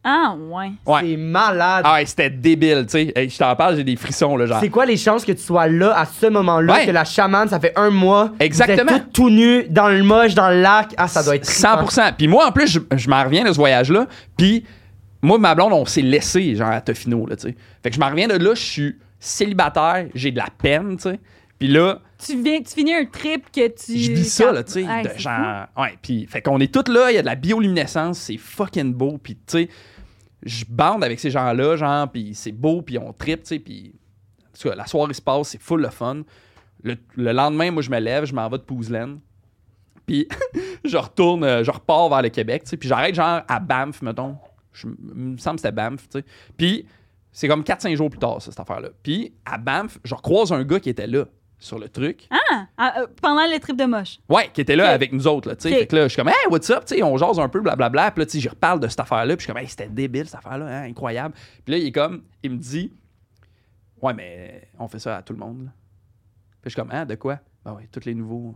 Ah, ouais. Ouais. C'est malade. Ah ouais, c'était débile, tu sais. Hey, je t'en parle, j'ai des frissons, là, genre. C'est quoi les chances que tu sois là à ce moment-là, Ouais. que la chamane, ça fait 1 mois, Exactement. vous êtes tout nu, dans le moche, dans le lac. Ah, ça doit être 100%. Puis moi, en plus, je m'en reviens de ce voyage-là. Puis moi, ma blonde, on s'est laissé, genre, à Tofino, là, tu sais. Fait que je m'en reviens de là, je suis célibataire, j'ai de la peine, tu sais. Puis là, Tu finis un trip que tu... je vis ça, là, tu sais. Ouais, de c'est genre. Ouais, puis fait qu'on est tous là, il y a de la bioluminescence, c'est fucking beau. Puis, tu sais, je bande avec ces gens-là, genre, puis c'est beau, puis on tripe, tu sais. Puis, en tout cas, la soirée se passe, c'est full le fun. Le lendemain, moi, je me lève, je m'en vais de Pouzeland. Puis, je repars vers le Québec, tu sais. Puis, j'arrête, genre, à Banff, mettons. Il me semble que c'était Banff, tu sais. Puis, c'est comme 4-5 jours plus tard, ça, cette affaire-là. Puis, à Banff, je recroise un gars qui était là, sur le truc. Pendant le trip de moche. Ouais, qui était là Ok. avec nous autres, là, tu sais. Ok. Fait que là, je suis comme, hey, what's up, tu sais, on jase un peu, blablabla. Puis là, tu sais, je reparle de cette affaire-là. Puis je suis comme, hey, c'était débile, cette affaire-là, hein, incroyable. Puis là, il me dit, ouais, mais on fait ça à tout le monde, là. Puis je suis comme, hein, de quoi? Ben ouais, tous les nouveaux,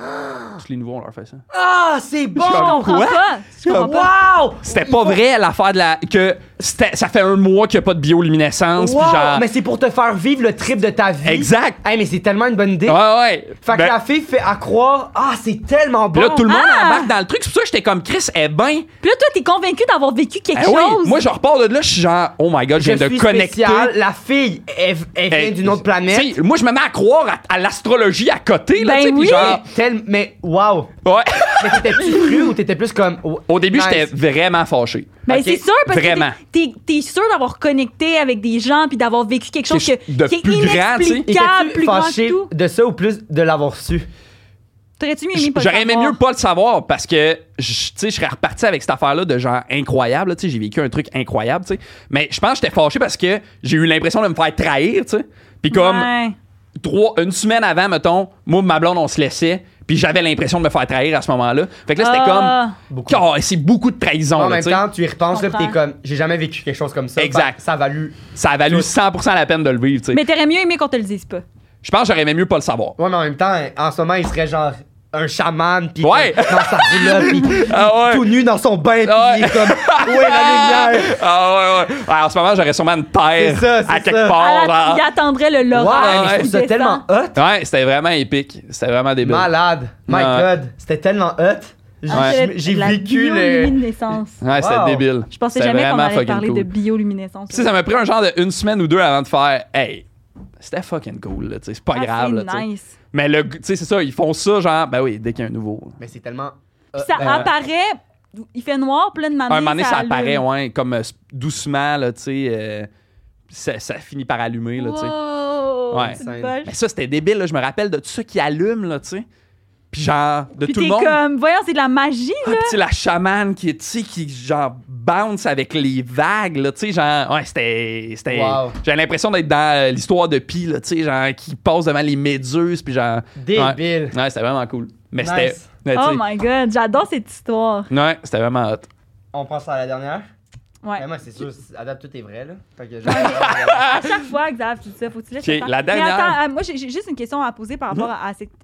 on leur fait ça. Ah, c'est bon! Je suis Je comme, comprends quoi? pas. Je comprends pas. Wow! C'était pas vrai, l'affaire de la. Que ça fait 1 mois qu'il n'y a pas de bioluminescence. Wow! Puis genre. Mais c'est pour te faire vivre le trip de ta vie. Exact. Hey, mais c'est tellement une bonne idée. Ouais. Fait que Ben, la fille fait à croire, ah, c'est tellement bon. puis là, tout le monde Ah! embarque dans le truc. C'est pour ça que j'étais comme, Chris, est bien. Puis là, toi, t'es convaincu d'avoir vécu quelque Eh oui, chose. moi, je repars de là, je suis genre, oh my god, je je viens de suis connecter. spécial. La fille, elle vient d'une autre planète. T'sais, moi, je me mets à croire à l'astrologie à côté, là, Ben tu sais, puis oui. genre. Mais wow! Ouais. Mais t'étais-tu cru ou t'étais plus comme. Au début, Nice. j'étais vraiment fâché. Ben, Ok. c'est sûr, parce Vraiment. que t'es sûr d'avoir connecté avec des gens puis d'avoir vécu quelque chose De qui est plus grand, tu sais. inexplicable, Étais-tu plus grand que fâché tout. de ça ou plus de l'avoir su? T'aurais-tu mieux aimé pas le J'aurais aimé savoir? mieux pas le savoir parce que tu sais, je serais reparti avec cette affaire-là de genre incroyable. là, tu sais, j'ai vécu un truc incroyable. tu sais. Mais je pense que j'étais fâché parce que j'ai eu l'impression de me faire trahir. tu sais. Puis comme Ouais. une semaine avant, mettons, moi et ma blonde, on se laissait. Puis j'avais l'impression de me faire trahir à ce moment-là. Fait que là, c'était Ah. Beaucoup. comme. Oh, c'est beaucoup de trahison. En là, même tu sais. temps, tu y repenses là, pis t'es comprends. comme, j'ai jamais vécu quelque chose comme ça. Exact. Ça a valu. Ça a valu 100% la peine de le vivre. tu sais. Mais t'aurais mieux aimé qu'on te le dise pas. Je pense que j'aurais aimé mieux pas le savoir. Ouais, mais en même temps, en ce moment, il serait genre un chaman, pis Ouais. dans sa roulotte, pis Ah ouais. tout nu dans son bain, pis Ouais. il est comme, ouais, la lumière. Ah ouais. En ce moment, j'aurais sûrement une terre C'est ça, c'est à quelque ça. part. Il genre. attendrait le Ouais, l'orage. mais je trouve qui ça descend. tellement hot. Ouais, c'était vraiment épique. C'était vraiment débile. Malade. My Ouais. God. C'était tellement hot. J'ai Ah, c'est j'ai la vécu le. bioluminescence. Ouais, c'était Wow. débile. Je pensais C'était jamais qu'on vraiment allait fucking parler cool. de bioluminescence. Tu sais, ça m'a pris un genre de 1 semaine ou 2 avant de faire hey, c'était fucking cool, là, tu sais, c'est pas grave, là, tu sais. C'est nice. Mais tu sais, c'est ça, ils font ça, genre, ben oui, dès qu'il y a un nouveau. Mais c'est tellement. Puis ça apparaît, il fait noir, plein de Un moment donné, ça allume. apparaît, ouais, comme doucement, là, tu sais, ça finit par allumer, là, tu sais. Wow, Ouais. c'est une poche. Mais ça, c'était débile, là, je me rappelle de tout ça qui allume, là, tu sais. Puis genre, de Puis tout le t'es monde. comme, voyons, c'est de la magie, Ah, là. puis tu sais, la chamane qui, tu sais, qui, genre, bounce avec les vagues, là, tu sais, genre, ouais, c'était... Wow. J'ai l'impression d'être dans l'histoire de Pi, là, tu sais, genre, qui passe devant les méduses, puis genre... Débile. Ouais, c'était vraiment cool. Mais Nice. c'était... mais tu Oh sais, my god, j'adore cette histoire. ouais, c'était vraiment hot. On passe à la dernière. Ouais. Mais moi, c'est sûr, à date, tout est vrai, là. Fait que À chaque fois, Xav, tu dis ça, faut que tu laisses Ok, le temps. la dernière. Mais attends, moi, j'ai juste une question à poser par rapport à cette...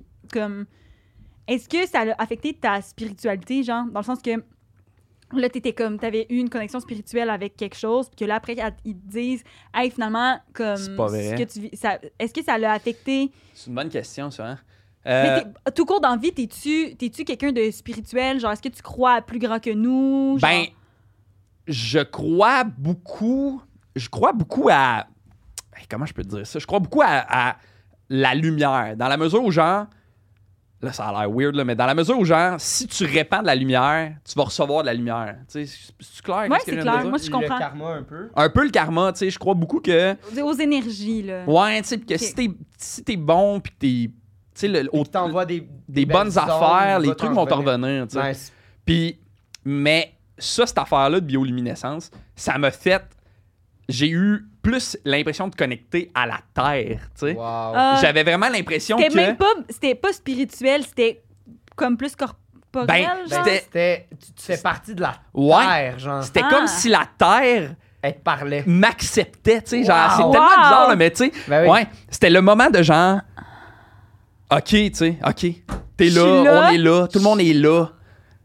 Est-ce que ça a affecté ta spiritualité, genre, dans le sens que là, t'avais eu une connexion spirituelle avec quelque chose, puis que là, après, ils te disent, hey, finalement, comme. C'est pas vrai. ce que tu vis, est-ce que ça l'a affecté? C'est une bonne question, ça, hein? Mais tout court dans la vie, t'es-tu quelqu'un de spirituel? Genre, est-ce que tu crois à plus grand que nous? Genre... Ben, je crois beaucoup à... Hey, comment je peux te dire ça? Je crois beaucoup à la lumière, dans la mesure où, genre... Là, ça a l'air weird, là, mais dans la mesure où, genre, si tu répands de la lumière, tu vas recevoir de la lumière. Tu sais, c'est clair? Ouais, qu'est-ce que c'est je viens de clair. dire? Moi, je comprends. Le karma, un peu. Un peu le karma, tu sais, je crois beaucoup que... Aux énergies, là. Ouais, tu sais, puis que Ok. si t'es bon, puis que t'es... Tu sais, T'envoies des des belles bonnes ondes, affaires, il les va trucs t'en vont t'en revenir. revenir, tu sais. Nice. Puis, mais ça, cette affaire-là de bioluminescence, ça m'a fait... J'ai eu plus l'impression de connecter à la Terre, tu sais. Wow. Ah, J'avais vraiment l'impression c'était que... même pas... C'était pas spirituel, c'était comme plus corporel, Ben, genre. c'était- Tu fais partie de la Ouais. terre, genre. C'était Ah. comme si la Terre Elle te parlait. m'acceptait, tu sais. Genre, Wow. c'est tellement Wow. bizarre, là, mais tu sais... Ben oui. Ouais, c'était le moment de genre... OK, tu sais, OK. T'es Je là, suis là. on est là, tout le monde est là.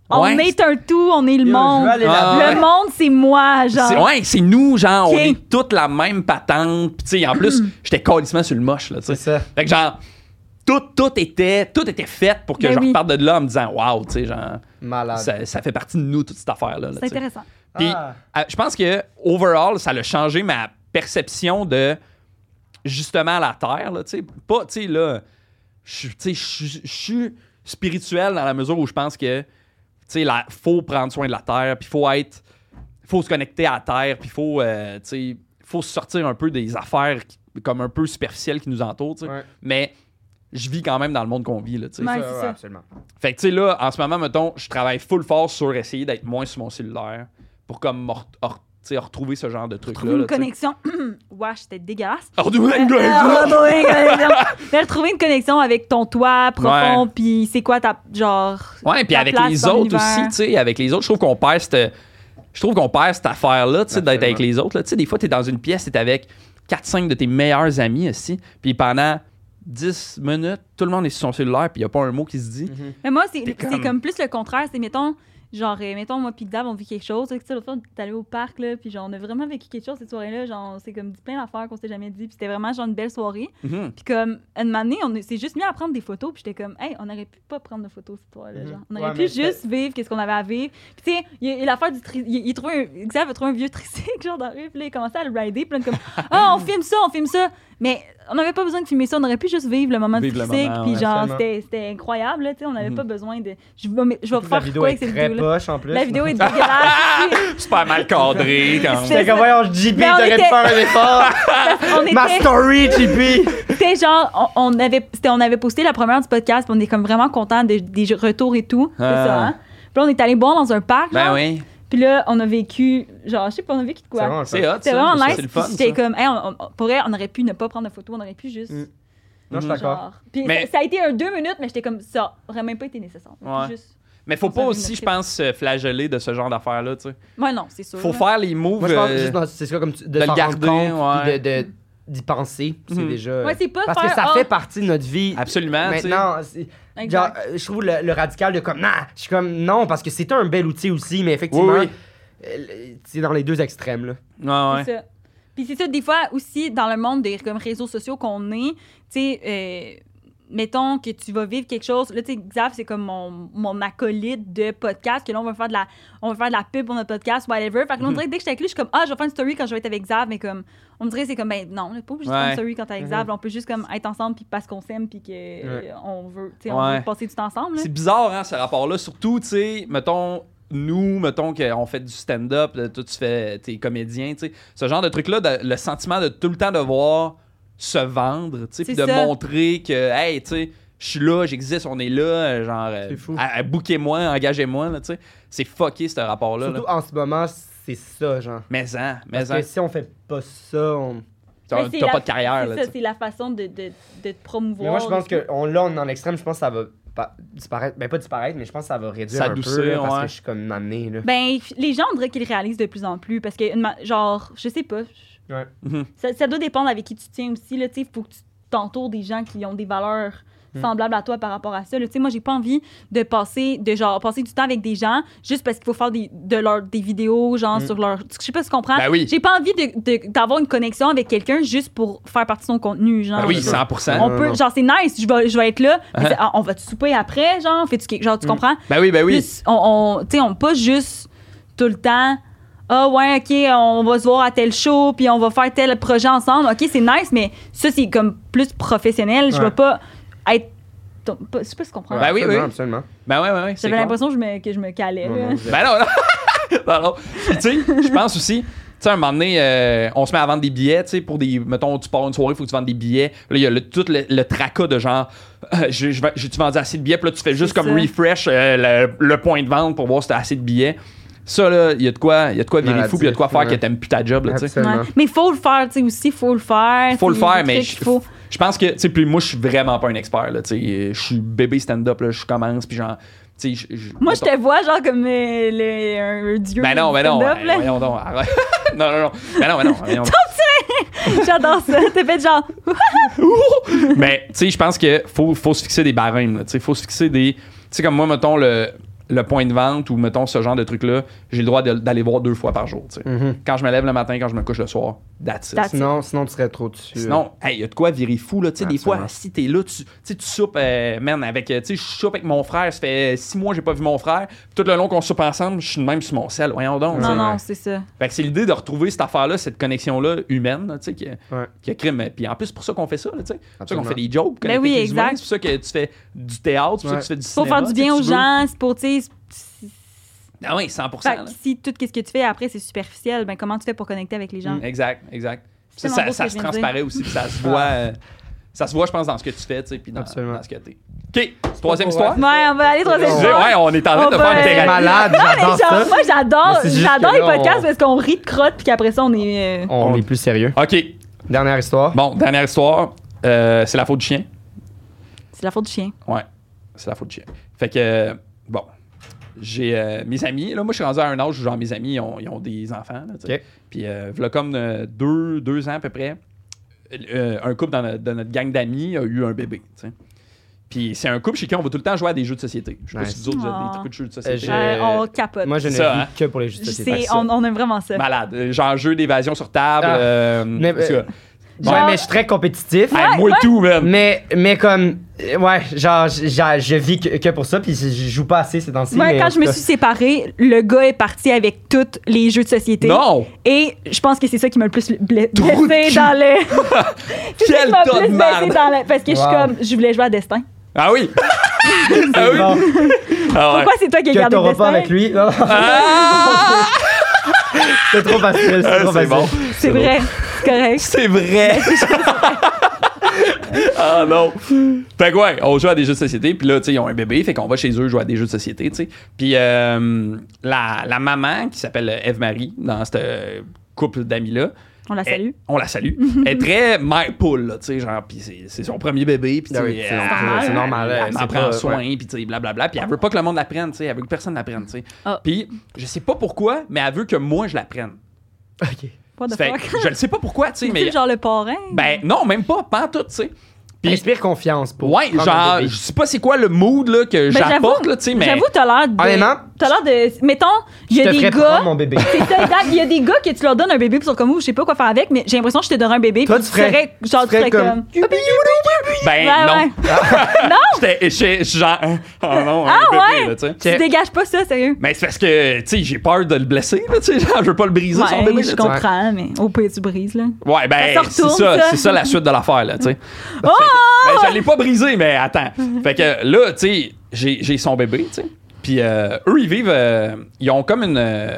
On Ouais. est un tout, on est le Yo, monde. je veux aller là-bas. Le Ouais. monde, c'est moi, genre. C'est nous, genre, Ok. on est toute la même patente. Puis, tu sais, en plus, j'étais calissement sur le moche, là, tu sais. C'est ça. Fait que, genre, tout était fait pour que Ben je oui. reparte de là en me disant, waouh, tu sais, genre, Malade. ça fait partie de nous, toute cette affaire-là. là, C'est tu sais. intéressant. Puis, je pense que, overall, ça a changé ma perception de, justement, la Terre, là, tu sais. Pas, tu sais, là, je suis spirituel dans la mesure où je pense que, tu sais, faut prendre soin de la Terre, puis faut se connecter à la Terre, puis tu sais, faut se sortir un peu des affaires comme un peu superficielles qui nous entourent, tu sais. Ouais. Mais je vis quand même dans le monde qu'on vit, là, tu sais. Ouais, c'est ça. Absolument. Fait que, tu sais, là, en ce moment, mettons, je travaille full fort sur essayer d'être moins sur mon cellulaire pour comme tu sais, retrouver ce genre de truc-là. Trouver une là, tu sais. connexion. Wesh, c'était dégueulasse. Retrouver une Retrouver une connexion. Mais retrouver une connexion avec ton toi profond, puis c'est quoi ta. Genre. Ouais, puis ta avec place les dans autres l'univers. aussi, tu sais, avec les autres, je trouve qu'on perd cette affaire-là, tu sais, d'être avec les autres. là. Tu sais, des fois, t'es dans une pièce, t'es avec 4-5 de tes meilleurs amis aussi, puis pendant 10 minutes, tout le monde est sur son cellulaire, puis il n'y a pas un mot qui se dit. Mais moi, c'est T'es c'est comme plus le contraire. C'est, mettons, moi pis Xav, on vit quelque chose. Tu sais, l'autre fois, on est allé au parc, là, puis genre, on a vraiment vécu quelque chose cette soirée-là. Genre, c'est comme dit plein d'affaires qu'on s'est jamais dit. Puis c'était vraiment genre une belle soirée. Mhm. Puis comme, une année, on s'est juste mis à prendre des photos. Puis j'étais comme, hey, on aurait pu pas prendre de photos cette soirée-là. Genre. On aurait Ouais, pu mais juste vivre qu'est-ce qu'on avait à vivre. Puis tu sais, il y a l'affaire du Xav a trouvé un vieux tricycle, genre, dans la rue. Puis là, il commençait à le rider. Puis là, comme, ah, on filme ça. Mais on n'avait pas besoin de filmer ça. On aurait pu juste vivre le moment Vivre du le tricycle. moment, Puis ouais, genre, absolument. c'était incroyable, là, tu sais. On n'avait Mhm. pas besoin de. Je vais La faire vidéo quoi est avec cette très vidéo-là? poche en plus. La vidéo est dégueulasse. Super mal cadré, quand même. J'étais comme, voyons, JP, Mais on t'aurais pu était- faire un effort. on Ma était. story, JP. C'était genre, on avait posté la première du podcast, puis on est comme vraiment content des retours et tout. C'est Ah. ça, hein? Puis là, on est allé boire dans un parc, Ben genre. oui, Puis là, on a vécu, genre, je sais pas, on a vécu de C'est quoi? vraiment c'est ça. hot, C'était ça. vraiment nice. C'est le fun, puis J'étais ça. comme, hey, pour vrai, on aurait pu ne pas prendre de photos, on aurait pu juste. Mm. Non, je suis d'accord. Genre. Puis Mais- ça a été 2 minutes, mais j'étais comme, ça aurait même pas été nécessaire. On aurait pu Ouais. juste. Mais faut pas Ça, aussi, je pense, se flageller de ce genre d'affaires-là, tu sais. Ouais, non, c'est sûr. Faut là. faire les moves. Moi, je pense juste, non, c'est ça, comme de le s'en garder, rendre compte, ouais. puis d'y penser, c'est Mhm. déjà... Ouais, c'est pas Parce faire. que ça ah, fait partie de notre vie. Absolument, tu sais. Maintenant, c'est- genre, exact. je trouve le radical de comme, nah, je suis comme, non, parce que c'est un bel outil aussi, mais effectivement, Oui, c'est dans les deux extrêmes, là. Ouais, ouais. C'est ça. Puis c'est ça, des fois aussi, dans le monde des comme, réseaux sociaux qu'on est, tu sais, mettons que tu vas vivre quelque chose. Là, tu sais, Xav, c'est comme mon acolyte de podcast, que là, on va faire de la pub pour notre podcast, whatever. Fait que là, on dirait que dès que j'étais avec lui, je suis comme, ah, je vais faire une story quand je vais être avec Xav, mais comme, on me dirait, c'est comme, ben non, on n'est pas obligé de faire Ouais. une story quand t'es avec Xav. Là, on peut juste comme être ensemble, puis parce qu'on s'aime, puis que on veut, tu sais, on Ouais. veut passer du temps ensemble. là. C'est bizarre, hein, ce rapport-là. Surtout, tu sais, mettons, mettons qu'on fait du stand-up, toi, tu fais, t'es comédien, tu sais. Ce genre de truc-là, le sentiment de tout le temps devoir se vendre, tu sais, puis C'est de ça. montrer que, hey, tu sais, je suis là, j'existe, on est là, genre, C'est fou. bouquez-moi, engagez-moi, là, tu sais. C'est fucké, ce rapport-là. Surtout Là. en ce moment, c'est ça, genre. Mais Parce que si on fait pas ça, on... t'as Mais c'est t'as la- pas de carrière, c'est là, ça, tu sais. c'est la façon de te promouvoir. Mais moi, je pense et tout. que là, on est dans l'extrême, je pense que ça va disparaître. Ben, pas disparaître, mais je pense que ça va réduire un S'adoucir, peu, là, parce ouais. que je suis comme amené, là. Ben, les gens, on dirait qu'ils le réalisent de plus en plus parce que, genre, je sais pas. Ouais. Mhm. Ça doit dépendre avec qui tu tiens aussi. Il faut que tu t'entoures des gens qui ont des valeurs semblables à toi par rapport à ça. Là. Tu sais, moi, j'ai pas envie de passer du temps avec des gens juste parce qu'il faut faire des vidéos, genre, sur leur... Je sais pas si tu comprends. Ben oui. J'ai pas envie d'avoir une connexion avec quelqu'un juste pour faire partie de son contenu, genre. Ben oui, ça. 100%. On Non, peut, non. genre, c'est nice, je vais être là, mais Uh-huh. on va te souper après, genre, genre, tu comprends? Ben oui, ben oui. Plus, tu sais, on pas juste tout le temps, ah ouais, ok, on va se voir à tel show, puis on va faire tel projet ensemble. Ok, c'est nice, mais ça, c'est comme plus professionnel. Je Ouais. vais pas être. Je sais pas si tu comprends. Ben oui, oui. Absolument. Ben ouais, c'est J'avais clair. l'impression que je me calais. Non, là. non, Ben non, non. Non, non. Puis tu sais, je pense aussi, tu sais, à un moment donné, on se met à vendre des billets, tu sais, pour des. Mettons, tu pars une soirée, il faut que tu vendes des billets. Là, il y a tout le tracas de genre, j'ai-tu vendu assez de billets? Puis là, tu fais juste C'est comme ça. refresh le point de vente pour voir si t'as assez de billets. Ça, là, il y a de quoi virer fou, puis il y a de quoi faire Ouais. que t'aimes plus ta job, là, tu sais. Absolument. Ouais. Mais il faut le faire, tu sais, aussi, faut le faire. Faut le tu sais, faire, des mais trucs qu'il faut. je pense que, tu sais, puis moi, je suis vraiment pas un expert, là, tu sais. Je suis bébé stand-up, là, je commence, puis genre, tu sais, Moi, je te vois, genre, comme un dieu. Ben non, du ben non, stand-up, là. voyons donc, arrête. Non, non, non, ben non, ben non, voyons. J'adore ça. T'as fait genre. Mais tu sais, je pense que faut se fixer des barèmes. Tu sais, faut se fixer des. Tu sais, comme moi, mettons, le point de vente ou, mettons, ce genre de truc-là, j'ai le droit d'aller voir 2 fois par jour. Tu sais. Quand je me lève le matin, quand je me couche le soir, that's it. Sinon, tu serais trop dessus. Sinon, il y a de quoi virer fou. Là. Tu sais, des fois, Absolument. si t'es là, tu soupes, man, avec. Tu sais, je soupe avec mon frère. Ça fait 6 mois que j'ai pas vu mon frère. Puis tout le long qu'on soupe ensemble, je suis même sur mon sel. Voyons donc. tu sais. Non, c'est ça. Fait que c'est l'idée de retrouver cette affaire-là, cette connexion-là humaine, là, tu sais, qui a crime. Puis en plus, c'est pour ça qu'on fait ça, là, tu sais. C'est pour ça qu'on fait des jokes. Ben oui, avec les humains. exact. C'est pour ça que tu fais du théâtre, c'est pour ça que tu fais du Pour cinéma. faire du bien aux gens, c'est pour, tu sais. Ah oui, 100%. Fait là. que si tout ce que tu fais après, c'est superficiel, ben comment tu fais pour connecter avec les gens? Exact. C'est Ça, tellement beau ça ce se que je viens de transparaît aussi, puis ça se voit. Ça se voit, je pense, dans ce que tu fais, tu sais, puis dans ce que t'es. OK, troisième histoire. Ouais, on va aller troisième Ouais, histoire. Ouais, on est en train On de va- faire une T'es thérapie. malade, j'adore Genre, ça. moi, j'adore Mais c'est juste que les là, podcasts parce qu'on rit de crotte puis qu'après ça, on est. On est plus sérieux. OK, Dernière histoire. bon, dernière histoire. C'est la faute du chien. C'est la faute du chien. Ouais, c'est la faute du chien. Fait que, bon, j'ai mes amis. Là, moi, je suis rendu à un âge où, genre, mes amis, ils ont des enfants. Là, tu sais. OK. Puis, voilà, comme 2 ans à peu près, un couple de notre gang d'amis a eu un bébé. Tu sais. Puis, c'est un couple chez qui on va tout le temps jouer à des jeux de société. Je sais pas Nice. si vous autres, vous avez Ah. des trucs de jeux de société. j'ai- On capote. Moi, je ne vis Ça, hein. que pour les jeux de société. On aime vraiment ça. Malade. Genre, jeu d'évasion sur table. Ah. Mais- en tout cas. Ouais, mais je suis très compétitif. Hey, moi, tout, man. Mais comme, ouais, genre, je vis que pour ça, puis je joue pas assez ces temps-ci. Moi, mais en quand je tout me cas, suis séparée, le gars est parti avec tous les jeux de société. Non! Et je pense que c'est ça qui m'a le plus Trou de blessé cul. dans le. C'est ça Quel qui m'a tas de plus marde. blessé dans le. Parce que je suis Wow. comme. Je voulais jouer à Destin. Ah oui! Ah oui! bon, Ah ouais. Pourquoi c'est toi qui as que gardé t'auras Destin? pas avec lui. Non, Ah! c'est trop facile, c'est trop C'est facile. bon. C'est vrai. C'est correct. C'est vrai! Ah non! Fait que ouais, on joue à des jeux de société, puis là, tu sais, ils ont un bébé, fait qu'on va chez eux jouer à des jeux de société, tu sais. Puis la maman, qui s'appelle Eve-Marie, dans ce couple d'amis-là, On la salue. on la salue, est très mère poule, là, tu sais, genre, puis c'est son premier bébé, puis tu Ah sais, oui, c'est normal. normal. elle c'est en prend pas- soin, ouais. puis tu sais, blablabla, puis elle veut pas que le monde l'apprenne, tu sais, elle veut que personne l'apprenne, tu sais. Ah. Puis je sais pas pourquoi, mais elle veut que moi je l'apprenne. Ok. What the Fait fuck? que je ne sais pas pourquoi, tu sais, C'est mais genre le parrain? ben non, même pas tout, tu sais. Puis Inspire confiance pour. ouais, prendre un genre, bébé. je sais pas c'est quoi le mood là que Ben, j'apporte là, tu sais, mais J'avoue, t'as l'air de. Honnêtement, T'as l'air de. Mettons, il y je a te des ferais gars. prendre mon bébé. C'est ça, exact. Il y a des gars que tu leur donnes un bébé, puis ils sont comme, je sais pas quoi faire avec, mais j'ai l'impression que je te donnerais un bébé, Toi, puis tu ferais- genre, tu ferais comme. ben Ouais, non. ouais. Je suis genre oh non, un Ah bébé, ouais? là, tu sais. Tu dégages pas ça, sérieux. Mais c'est parce que tu sais, j'ai peur de le blesser là, tu sais, genre, je veux pas le briser son bébé. Ouais, là, je tu sais. comprends, mais au pire, tu brises, là. Ouais, ben Ça se c'est retourne, ça, ça. c'est ça la suite de l'affaire là, tu sais. Oh! Ben, je l'ai pas brisé, mais attends. Fait que là, tu sais, j'ai son bébé, tu sais. Puis eux, ils vivent. Ils ont comme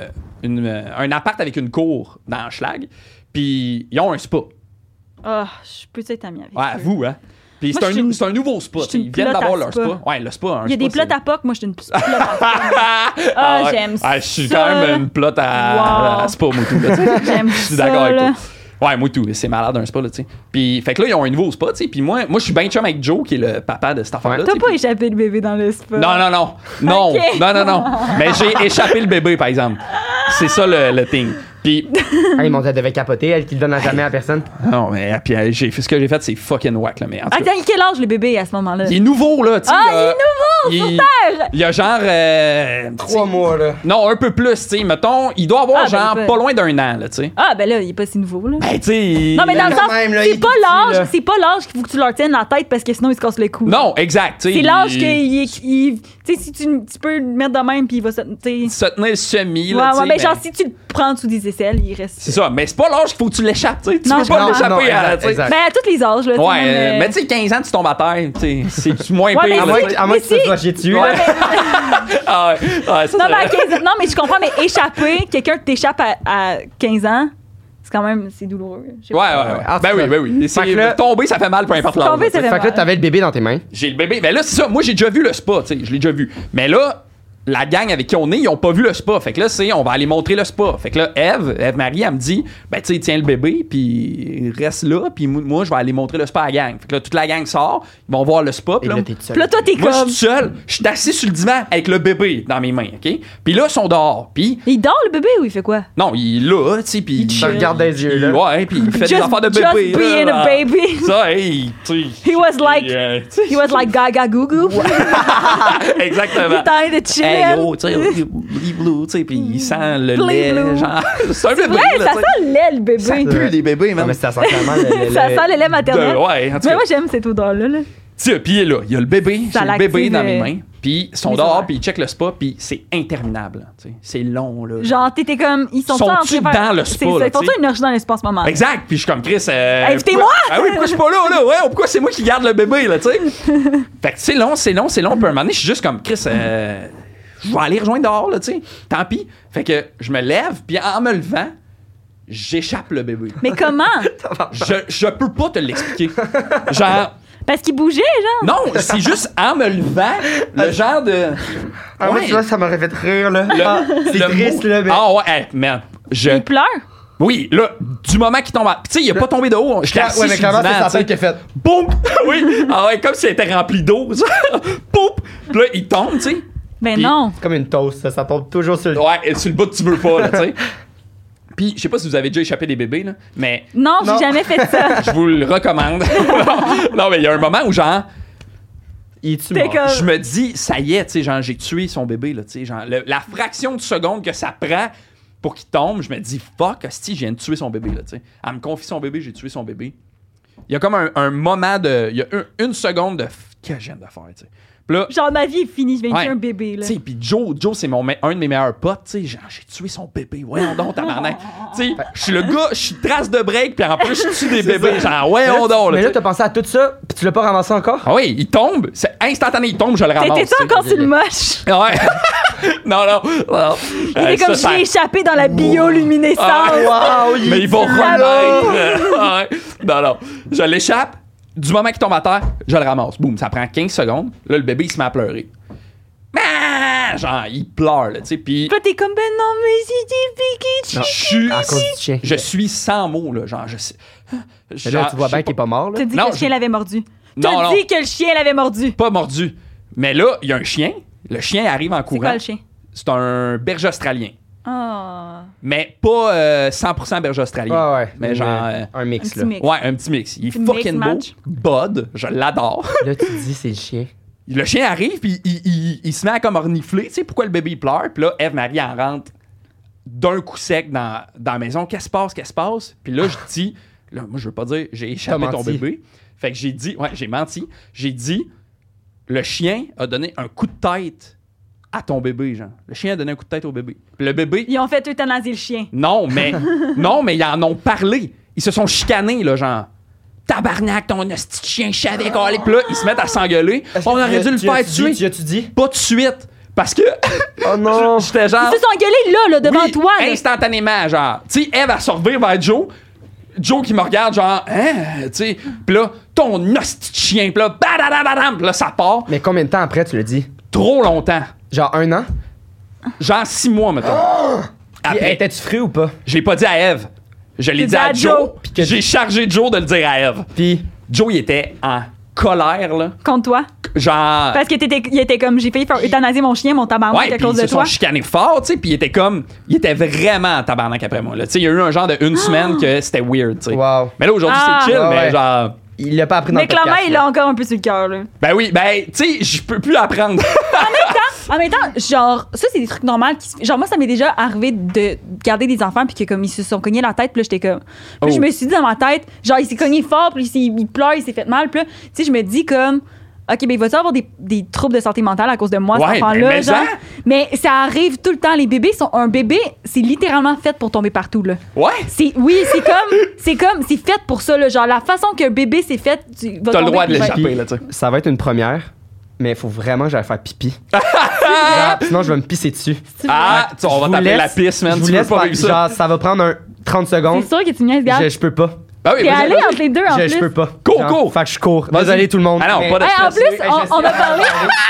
un appart avec une cour dans Schlag. Puis ils ont un spa. Ah, je peux être amie avec Ouais, eux. vous, hein. Puis Moi, je suis une- c'est un nouveau spa. je suis tu sais. une Ils viennent pilote d'avoir à leur spa. spa. Ouais, le spa. un Il y a des spa, plots à POC, moi, je suis une petite pilote à c'est- Ah, ouais. j'aime Ah, je suis ça. quand même une plotte à Wow. spa, moi, tout. là, tu sais. J'aime Je suis d'accord ça, avec là. toi. Ouais, moi tout, c'est malade un spa là, tu sais. Puis fait que là ils ont un nouveau spa, tu sais. Puis moi je suis ben chum avec Joe qui est le papa de cette affaire là. Ouais. T'as pas échappé le bébé dans le spa. Non. Ok. Non. Mais j'ai échappé le bébé, par exemple. C'est ça le thing. Puis, Ah, mon elle devait capoter, elle qui le donne jamais à personne. non, mais puis, ce que j'ai fait, c'est fucking whack, là. Mais en tout cas, Attends, quel âge le bébé à ce moment-là? il est nouveau, là, tu sais. Ah, il est nouveau, sur Terre! Il y a genre. 3 mois, là. Non, un peu plus, tu sais. Mettons, il doit avoir Ah, ben, genre il peut- pas loin d'un an, là, tu sais. Ah, ben là, il est pas si nouveau, là. Ben, tu sais. Non, mais dans le quand sens, même, là, il c'est est pas tout petit, là. l'âge, c'est pas l'âge qu'il faut que tu leur tiennes la tête parce que sinon ils se cassent le cou. Non, exact, tu sais. C'est l'âge qu'il tu sais, si tu peux le mettre de même puis il va se. Tu sais. Se tenir le semi, Ouais, là, tu sais. ouais, ben genre, si tu le prends sous des aisselles, il reste. C'est ça, mais c'est pas l'âge qu'il faut que tu l'échappes, tu sais. Tu Non, peux je pas comprends. l'échapper Non, à. exact, tu sais. exact. Ben, à tous les âges, là. tu sais, Ouais, même, mais tu sais, 15 ans, tu tombes à terre, tu sais. C'est moins Ouais, mais pire, À là, moins tu sais. que tu mais te sois chié dessus. Ouais. là. Ah ouais, ça, Non, c'est mais à vrai. 15 ans. Non, mais je comprends, mais échapper, quelqu'un que t'échappe à 15 ans, c'est quand même. C'est douloureux. Je sais Ouais, pas. ouais, ouais. Ah, Ben c'est oui, ça. ben oui. Fait que là- Tomber, ça fait mal, peu importe l'âge. Tomber, là, tu sais. ça fait Fait que là, mal. t'avais le bébé dans tes mains. J'ai le bébé. Ben là, c'est ça. Moi, j'ai déjà vu le spa, tu sais. Je l'ai déjà vu. Mais là, la gang avec qui on est, ils ont pas vu le spa. Fait que là, on va aller montrer le spa. Fait que là, Eve-Marie, elle me dit, ben, tu sais, tiens le bébé, puis reste là, puis moi, je vais aller montrer le spa à la gang. Fait que là, toute la gang sort, ils vont voir le spa. Et Puis là, là, t'es tout seul. Puis là, toi, t'es moi, je comme. suis seul, je suis assis sur le divan avec le bébé dans mes mains, OK? Puis là, ils sont dehors. Puis, Il dort le bébé ou il fait quoi? non, il est là, tu sais, puis Il te regarde dans les yeux, là. Ouais, puis il fait des affaires de bébé. Just being là. a baby. Ça, hey, tu sais. He was like- tu sais, He was like gaga goo goo. exactement. Trying to chill. hey, yo, tu sais, leave-le, tu sais, puis il sent le lait, Leave-le. genre. C'est un bébé, Ouais, là, ça tu sais. sent le lait, le bébé. Ça pue, les bébés, Non, man. mais ça sent clairement Ça sent le lait maternel. Ouais, en tout Mais cas. moi, j'aime cette odeur-là. Là. Tiens, puis là, il y a le bébé, Ça j'ai le bébé l'active, dans mes mains, puis ils sont mes dehors, ovaires. puis ils checkent le spa, puis c'est interminable, tu sais. C'est long, là. Genre, t'étais comme. Ils sont Sont-tu dans le spa, là, Ils font tu sais? une énergie dans l'espace en ce moment. Exact, puis je suis comme Chris. Invitez-moi! Ah oui, pourquoi je suis pas là? Ouais, pourquoi c'est moi qui garde le bébé, là, tu sais? Fait que c'est long. Puis à un moment donné, je suis juste comme Chris. Je vais aller rejoindre dehors, là, tu sais. Tant pis. Fait que je me lève, puis en me levant, j'échappe le bébé. Mais comment? Je peux pas te l'expliquer. Genre. Parce qu'il bougeait, genre. Non, c'est juste en me levant, le genre de. Ah ouais, tu vois, ça m'aurait fait rire, là. Ah, c'est triste, là, mais... Ah ouais, hey, man. Il pleure. Oui, là, du moment qu'il tombe. Tu sais, il a pas tombé de haut. J'étais assis Ouais, mais sur le clairement, divan, c'est sa tu sais. tête qui a fait. Boum! Oui! Ah ouais, comme si elle était remplie d'eau. ça. Poum! Puis là, il tombe, tu sais. Ben Puis- non. C'est comme une toast, ça tombe toujours sur le... Ouais, et sur le bout que tu veux pas, là, tu sais. Puis, je sais pas si vous avez déjà échappé des bébés, là, mais Non, Non. j'ai jamais fait ça. je vous le recommande. Non, mais il y a un moment où, genre, Il est-tu T'es mort? comme- je me dis, ça y est, tu sais, genre, j'ai tué son bébé, là, tu sais, genre, la fraction de seconde que ça prend pour qu'il tombe, je me dis, fuck, hostie, je viens de tuer son bébé, là, tu sais. Elle me confie son bébé, j'ai tué son bébé. Il y a comme un moment de. Il y a une seconde de. Qu'est-ce que je viens de faire, tu sais. Puis là, Genre, ma vie est finie, je viens de Ouais. tuer un bébé, là. tu sais, puis Joe c'est un de mes meilleurs potes, tu sais, genre, j'ai tué son bébé, voyons donc, tabarnak. Tu sais, je suis le gars, je suis trace de break, puis en plus, je tue des bébés, genre, voyons donc, là. Mais là, tu sais. t'as pensé à tout ça, pis tu l'as pas ramassé encore? Ah oui, il tombe, c'est instantané, il tombe, je le ramasse. T'étais-tu tu sais. encore sur le moche? Ouais. non. Il est comme, ça, je l'ai échappé dans la bioluminescence. Ah, Wow, Mais il va là-bas. renaître. Ouais. Non. Je l'échappe. Du moment qu'il tombe à terre, je le ramasse. Boum, ça prend 15 secondes. Là, le bébé, il se met à pleurer. Ah! Genre, il pleure, là, tu sais. Puis, Puis là, t'es comme, ben non, mais c'est des Non. je suis. À cause du chien. Je suis sans mots, là. Genre, je sais. Mais là, tu vois bien qu'il est pas mort, là. T'as dit Non, que le chien l'avait mordu. Non, T'as non. dit que le chien l'avait mordu. Pas mordu. Mais là, il y a un chien. Le chien arrive en C'est courant. quoi le chien? C'est un berger australien. Ah. Mais pas 100% berger australien. Ah ouais. Mais genre. Un Un mix, petit là. mix. Ouais, un petit mix. Il est Petit fucking mix beau. match. Bud, je l'adore. Là, tu te dis, c'est le chien. Le chien arrive, puis il se met à comme renifler. Tu sais pourquoi le bébé il pleure? Puis là, Eve-Marie en rentre d'un coup sec dans la maison. Qu'est-ce qui se passe? Puis là, je dis, là, moi, je veux pas dire, j'ai échappé T'as ton menti. bébé. Fait que j'ai dit, ouais, j'ai menti. J'ai dit, le chien a donné un coup de tête à ton bébé, genre. Le chien a donné un coup de tête au bébé. Puis le bébé, Ils ont fait euthanasier le chien. non, mais ils en ont parlé. Ils se sont chicanés, là, genre. Tabarnak, ton hostie de chien, je savais qu'on allait. Puis là, ils se mettent à s'engueuler. On aurait dû le faire tuer. Tu as-tu dit? Pas de suite. Parce que Oh non! j'étais genre. Ils se sont engueulés là, devant oui, toi. Là. instantanément, genre. Tu sais, Eve, elle se revire vers Joe. Joe qui me regarde, genre, hein, tu sais. Puis là, ton hostie de chien. Puis là, badadadadam. Puis là, ça part. Mais combien de temps après tu l'as dit? Trop longtemps. Genre 1 an? Genre 6 mois, mettons. Puis, Après, étais-tu fru ou pas? je l'ai pas dit à Eve. Je l'ai dit à Joe. Puis que- J'ai chargé Joe de le dire à Eve. Puis, Joe, il était en colère, là. Contre toi. Genre. Parce il était comme, j'ai failli faire euthanasier mon chien, mon tabarnak, Ouais, à puis cause ils de se toi. sont chicanés fort, tu sais, puis il était vraiment en tabarnak après moi, là. Tu sais, il y a eu un genre de une semaine que c'était weird, tu sais. wow. Mais là, aujourd'hui, Ah. c'est chill, Ouais, mais ouais. genre. Il l'a pas appris dans Mais le podcast. clairement, il là. a encore un peu sur le cœur, là. Ben oui, ben, tu sais, je peux plus apprendre. En même temps, genre, ça, c'est des trucs normaux qui se Genre, moi, ça m'est déjà arrivé de garder des enfants, puis que comme ils se sont cognés la tête, puis là, j'étais comme. Puis Oh. je me suis dit dans ma tête, genre, il s'est cogné fort, puis il pleure, il s'est fait mal, puis là, tu sais, je me dis comme. OK, ben il va-tu avoir des troubles de santé mentale à cause de moi, Ouais, cet enfant-là? mais genre? ça. Mais ça arrive tout le temps. Les bébés sont. Un bébé, c'est littéralement fait pour tomber partout, là. Ouais. Oui, c'est fait pour ça, là. Genre, la façon qu'un bébé s'est fait, tu vas T'as le tomber, droit de puis tu vas- l'échapper, là, tu sais. Ça va être une première, mais il faut vraiment que j'aille faire pipi. Genre, sinon, je vais me pisser dessus. Ah, tu- on Je va vous t'appeler laisse- la piste, man. Je vous Tu veux laisse pas faire- vivre ça? Genre, ça va prendre 30 secondes. C'est sûr que tu niaises, gars. Je peux pas. Ben oui, T'es vas-y, allé vas-y. entre les deux, en Je plus. peux pas. Cours, Genre, cours. Fait que je cours. Vas-y. Désolé tout le monde. Ah non, mais- pas de Hey, en stress. plus, on a parlé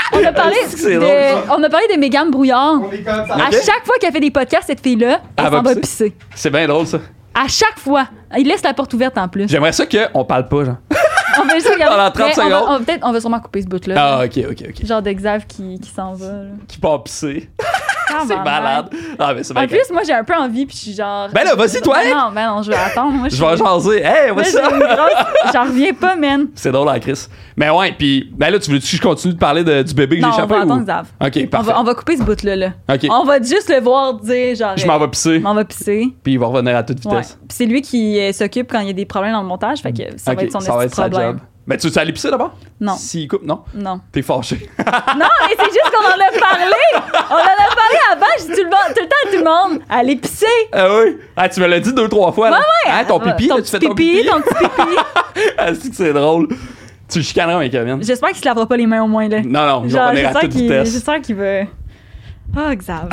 C'est drôle, ça. on a parlé de Mégane Brouillard. On est comme ça. À chaque fois qu'elle fait des podcasts, cette fille-là, elle Elle va s'en va pisser. pisser. C'est bien drôle, ça. À chaque fois. Il laisse la porte ouverte en plus. J'aimerais ça qu'on parle pas, genre. On va juste regarder. Pendant 30 Mais secondes. on va sûrement couper ce bout-là. Ah, ok. Genre d'Exav qui s'en va. là. Qui part pisser. C'est malade. Ah, mais c'est En plus, moi, j'ai un peu envie, puis je suis genre. Ben là, vas-y, toi, hein? Non, je vais attendre. Moi, Je vais jaser. Hey, Moi, what's j'ai up? une grosse- J'en reviens pas, man. C'est drôle, la Chris. Mais ouais, puis ben là, tu veux-tu que je continue de parler du bébé que Non, j'ai on échappé? va ou... attendre Xav. Ok, parfait. On va couper ce bout-là. Là. Ok. On va juste le voir dire, genre. Je m'en vais pisser, Je m'en vais pisser. puis il va revenir à toute Ouais. vitesse. Puis c'est lui qui s'occupe quand il y a des problèmes dans le montage, fait que ça va Ok, être son ça va petit être sa problème. job. Mais tu veux aller pisser d'abord? Non. S'il coupe, non? Non. T'es fâché. Non, mais c'est juste qu'on en a parlé. On en a parlé avant. Je dis tout le temps à tout le monde, allez pisser. Ah oui? Ah, tu me l'as dit 2-3 fois, là. Hein, ton pipi, ton là, tu fais petit ton pipi, pipi. ton petit pipi. Ah, c'est que c'est drôle. Tu le chicaneras avec Kevin. J'espère qu'il se lavera pas les mains au moins, là. Non, je vais Genre, revenir à toute vitesse. j'espère qu'il va. Oh, Xav.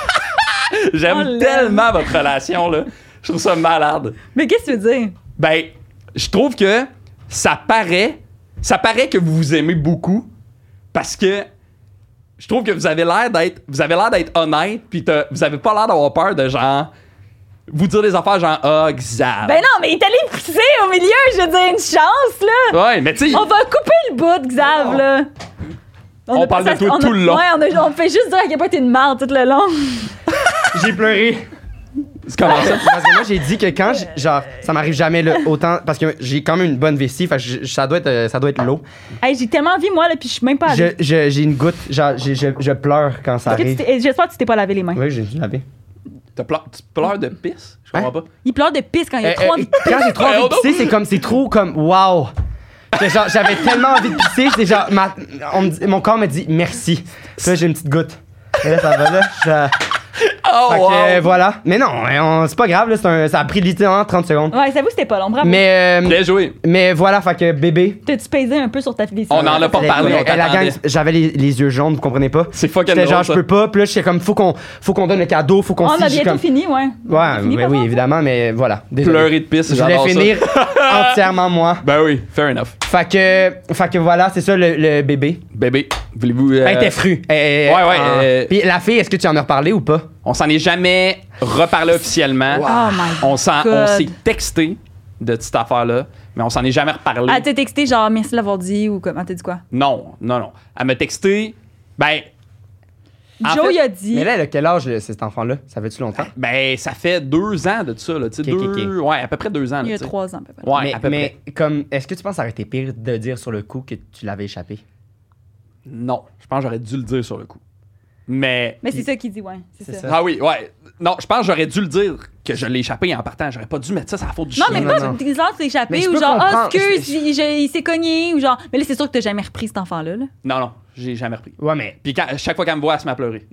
J'aime Oh, tellement votre relation, là. Je trouve ça malade. Mais qu'est-ce que tu veux dire? Ben, je trouve que ça paraît que vous vous aimez beaucoup parce que je trouve que vous avez l'air d'être honnête, puis vous avez pas l'air d'avoir peur de genre vous dire des affaires genre Xav. Ben non, mais il est allé pisser au milieu, je veux dire, une chance, là. Ouais, mais tu sais, On va couper le bout, Xav, là. On parle de toi tout le long. Ouais, on fait juste dire à quel point t'es une merde tout le long. J'ai pleuré. c'est comment ça? Parce que moi, j'ai dit que quand, genre, ça m'arrive jamais là, autant, parce que j'ai quand même une bonne vessie, fait que ça doit être l'eau. Hey, j'ai tellement envie, moi, là, puis je suis même pas allée. J'ai une goutte, genre, je pleure quand ça Est-ce que arrive. j'espère que tu t'es pas lavé les mains. Oui, j'ai dû laver. Tu pleures de pisse? Je comprends pas. Il pleure de pisse quand il a trop envie de Quand j'ai trop envie de pisser, c'est trop comme, wow. Que genre, j'avais tellement envie de pisser, c'est genre, mon corps me dit merci. Puis là, j'ai une petite goutte. Et là, ça va là. Oh, Fait que, wow! voilà. Mais non, c'est pas grave, là, ça a pris littéralement 30 secondes. Ouais, j'avoue que c'était pas long, bravo. Bien joué. Mais voilà, fait que bébé. T'as-tu pesé un peu sur ta vessie? On en a pas parlé, on La gang, t'attendait. j'avais les yeux jaunes, vous comprenez pas? C'est fucking J'étais drôle, genre, ça. je peux pas, puis là, j'étais comme, faut qu'on donne le cadeau, faut qu'on On a signe, bientôt comme... fini, ouais. Ouais, Fini, mais pas oui, mal. évidemment, mais voilà. Désolé. Pleurer de pisse, Je voulais j'adore finir ça. entièrement moi. Ben oui, fair enough. Fait que voilà, c'est ça le bébé. Bébé, voulez-vous... Elle était fru. ouais. Puis la fille, est-ce que tu en as reparlé ou pas? On s'en est jamais reparlé officiellement. Oh my On God. s'est texté de cette affaire-là, mais on s'en est jamais reparlé. Elle t'a texté genre merci de l'avoir dit ou comment t'as dit quoi? Non. Elle m'a texté, ben, En Joe, fait- il a dit. Mais là, elle a quel âge, cet enfant-là? Ça fait-tu longtemps? ben, ça fait 2 ans de ça, là, tu sais, Ok. ouais, à peu près 2 ans, là, Il y a tu sais. 3 ans, à peu près. Ouais, à peu mais près. comme, est-ce que tu penses que ça aurait été pire de dire sur le coup que tu l'avais échappé? Non, je pense que j'aurais dû le dire sur le coup. Mais... Mais c'est ça qu'il dit, ouais. C'est C'est ça. ça. Ah oui, ouais. Non, je pense que j'aurais dû le dire que je l'ai échappé en partant. J'aurais pas dû mettre ça, c'est la faute du Non, chien. mais Non, pas non. des gens s'est Mais échappé je ou peux genre, ah, comprendre. excuse, il s'est cogné ou genre. Mais là, c'est sûr que t'as jamais repris cet enfant-là. Là. Non, j'ai jamais repris. Ouais, mais. Puis chaque fois qu'elle me voit, elle se met à pleurer.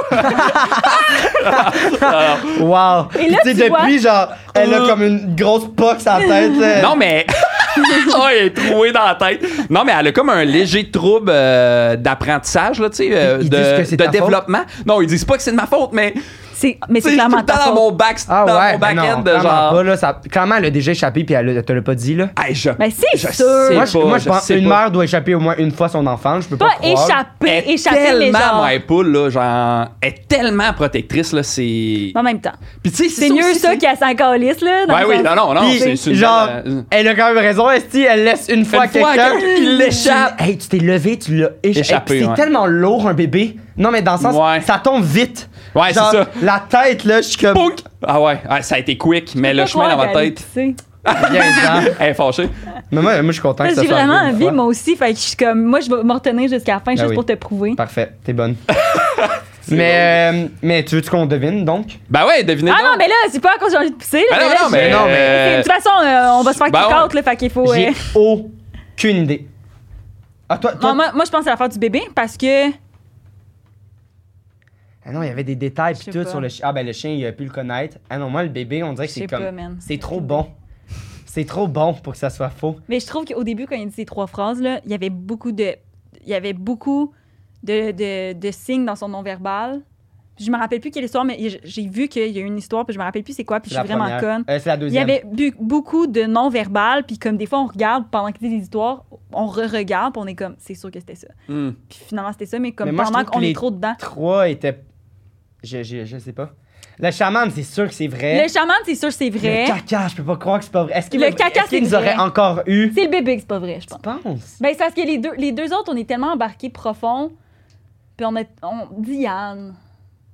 Wow! Et là, tu sais, tu vois- depuis, genre, elle a comme une grosse pox à la tête. là. Non, mais... oh, elle est trouée dans la tête. Non, mais elle a comme un léger trouble d'apprentissage, là, tu sais, Ils disent que c'est de ta faute? développement. Non, ils disent pas que c'est de ma faute, mais... Mais Tu c'est sais, je suis tout clairement le temps ta dans faute. mon back, Ah dans ouais, mon ben non, back-end de clairement genre... pas, là, clairement, elle a déjà échappé puis elle te l'a pas dit, là. Hey, Ben, c'est je sûr. sais Moi, je pas, pense sais qu'une pas. mère doit échapper au moins une fois son enfant, je peux pas Pas croire. échapper, Elle est échapper, mais tellement, genre. my poule, là, genre... Elle est tellement protectrice, là, c'est... En même temps. Puis tu sais, C'est mieux aussi, ça c'est- qu'à 5 calices, là. dans Ouais, le oui, sens- non, Puis, c'est une genre, belle, elle a quand même raison, Esti, elle laisse une fois Une fois quelqu'un. qu'il l'échappe. Hey, tu t'es levé, tu l'as Échappé, Hey, puis c'est ouais. tellement lourd, un bébé. Non, mais dans le sens, Ouais. ça tombe vite. Ouais, Genre, c'est ça. La tête, là, je suis comme. Pouk! Ah ouais, ça a été quick, mais le Pas chemin dans croire ma qu'elle tête... allait pisser. Bien dedans. Elle est fâchée. Mais moi, je suis content que Parce ça que j'ai soit vraiment arrivé une envie, fois. moi aussi. Fait que je suis comme, moi, je vais me retenir jusqu'à la fin juste oui. pour te prouver. Parfait, t'es bonne. mais tu veux-tu qu'on devine, donc? Ben ouais, devinez Ah donc. non, mais là, c'est pas à cause que j'ai envie de pisser. Là, Ben non, là, non, mais... non, De toute façon, on va se faire Ben kick ouais. out, là, fait qu'il faut. J'ai aucune idée. Ah, toi. Non, moi, je pense que c'est l'affaire du bébé parce que. Ah non, il y avait des détails Je pis sais tout pas. sur le chien. Ah, ben le chien, il a pu le connaître. Ah non, moi, le bébé, on dirait que Je c'est sais comme. pas, man. C'est trop bon. C'est trop bon pour que ça soit faux. Mais je trouve qu'au début, quand il a dit ces 3 phrases, là, il y avait beaucoup de. Il y avait beaucoup de signes dans son non-verbal. Je me rappelle plus quelle histoire, mais j'ai vu qu'il y a eu une histoire, puis je me rappelle plus c'est quoi, puis je C'est suis la vraiment première. conne. C'est la Il y deuxième. avait beaucoup de non-verbal, puis comme des fois, on regarde pendant qu'il dit des histoires, on re-regarde, puis on est comme, c'est sûr que c'était ça. Hmm. Puis finalement, c'était ça, mais comme Mais moi, je pendant trouve qu'on que est les trop dedans. 3 étaient. Je sais pas. Le chaman, c'est sûr que c'est vrai. Le chaman, c'est sûr, c'est vrai. Le caca, je peux pas croire que c'est pas vrai. Est-ce qu'il Le caca, est-ce qu'il c'est nous aurait vrai. encore eu? C'est le bébé que c'est pas vrai, je Tu pense. penses? Ben, c'est parce que les deux autres, on est tellement embarqués profond, puis on Diane.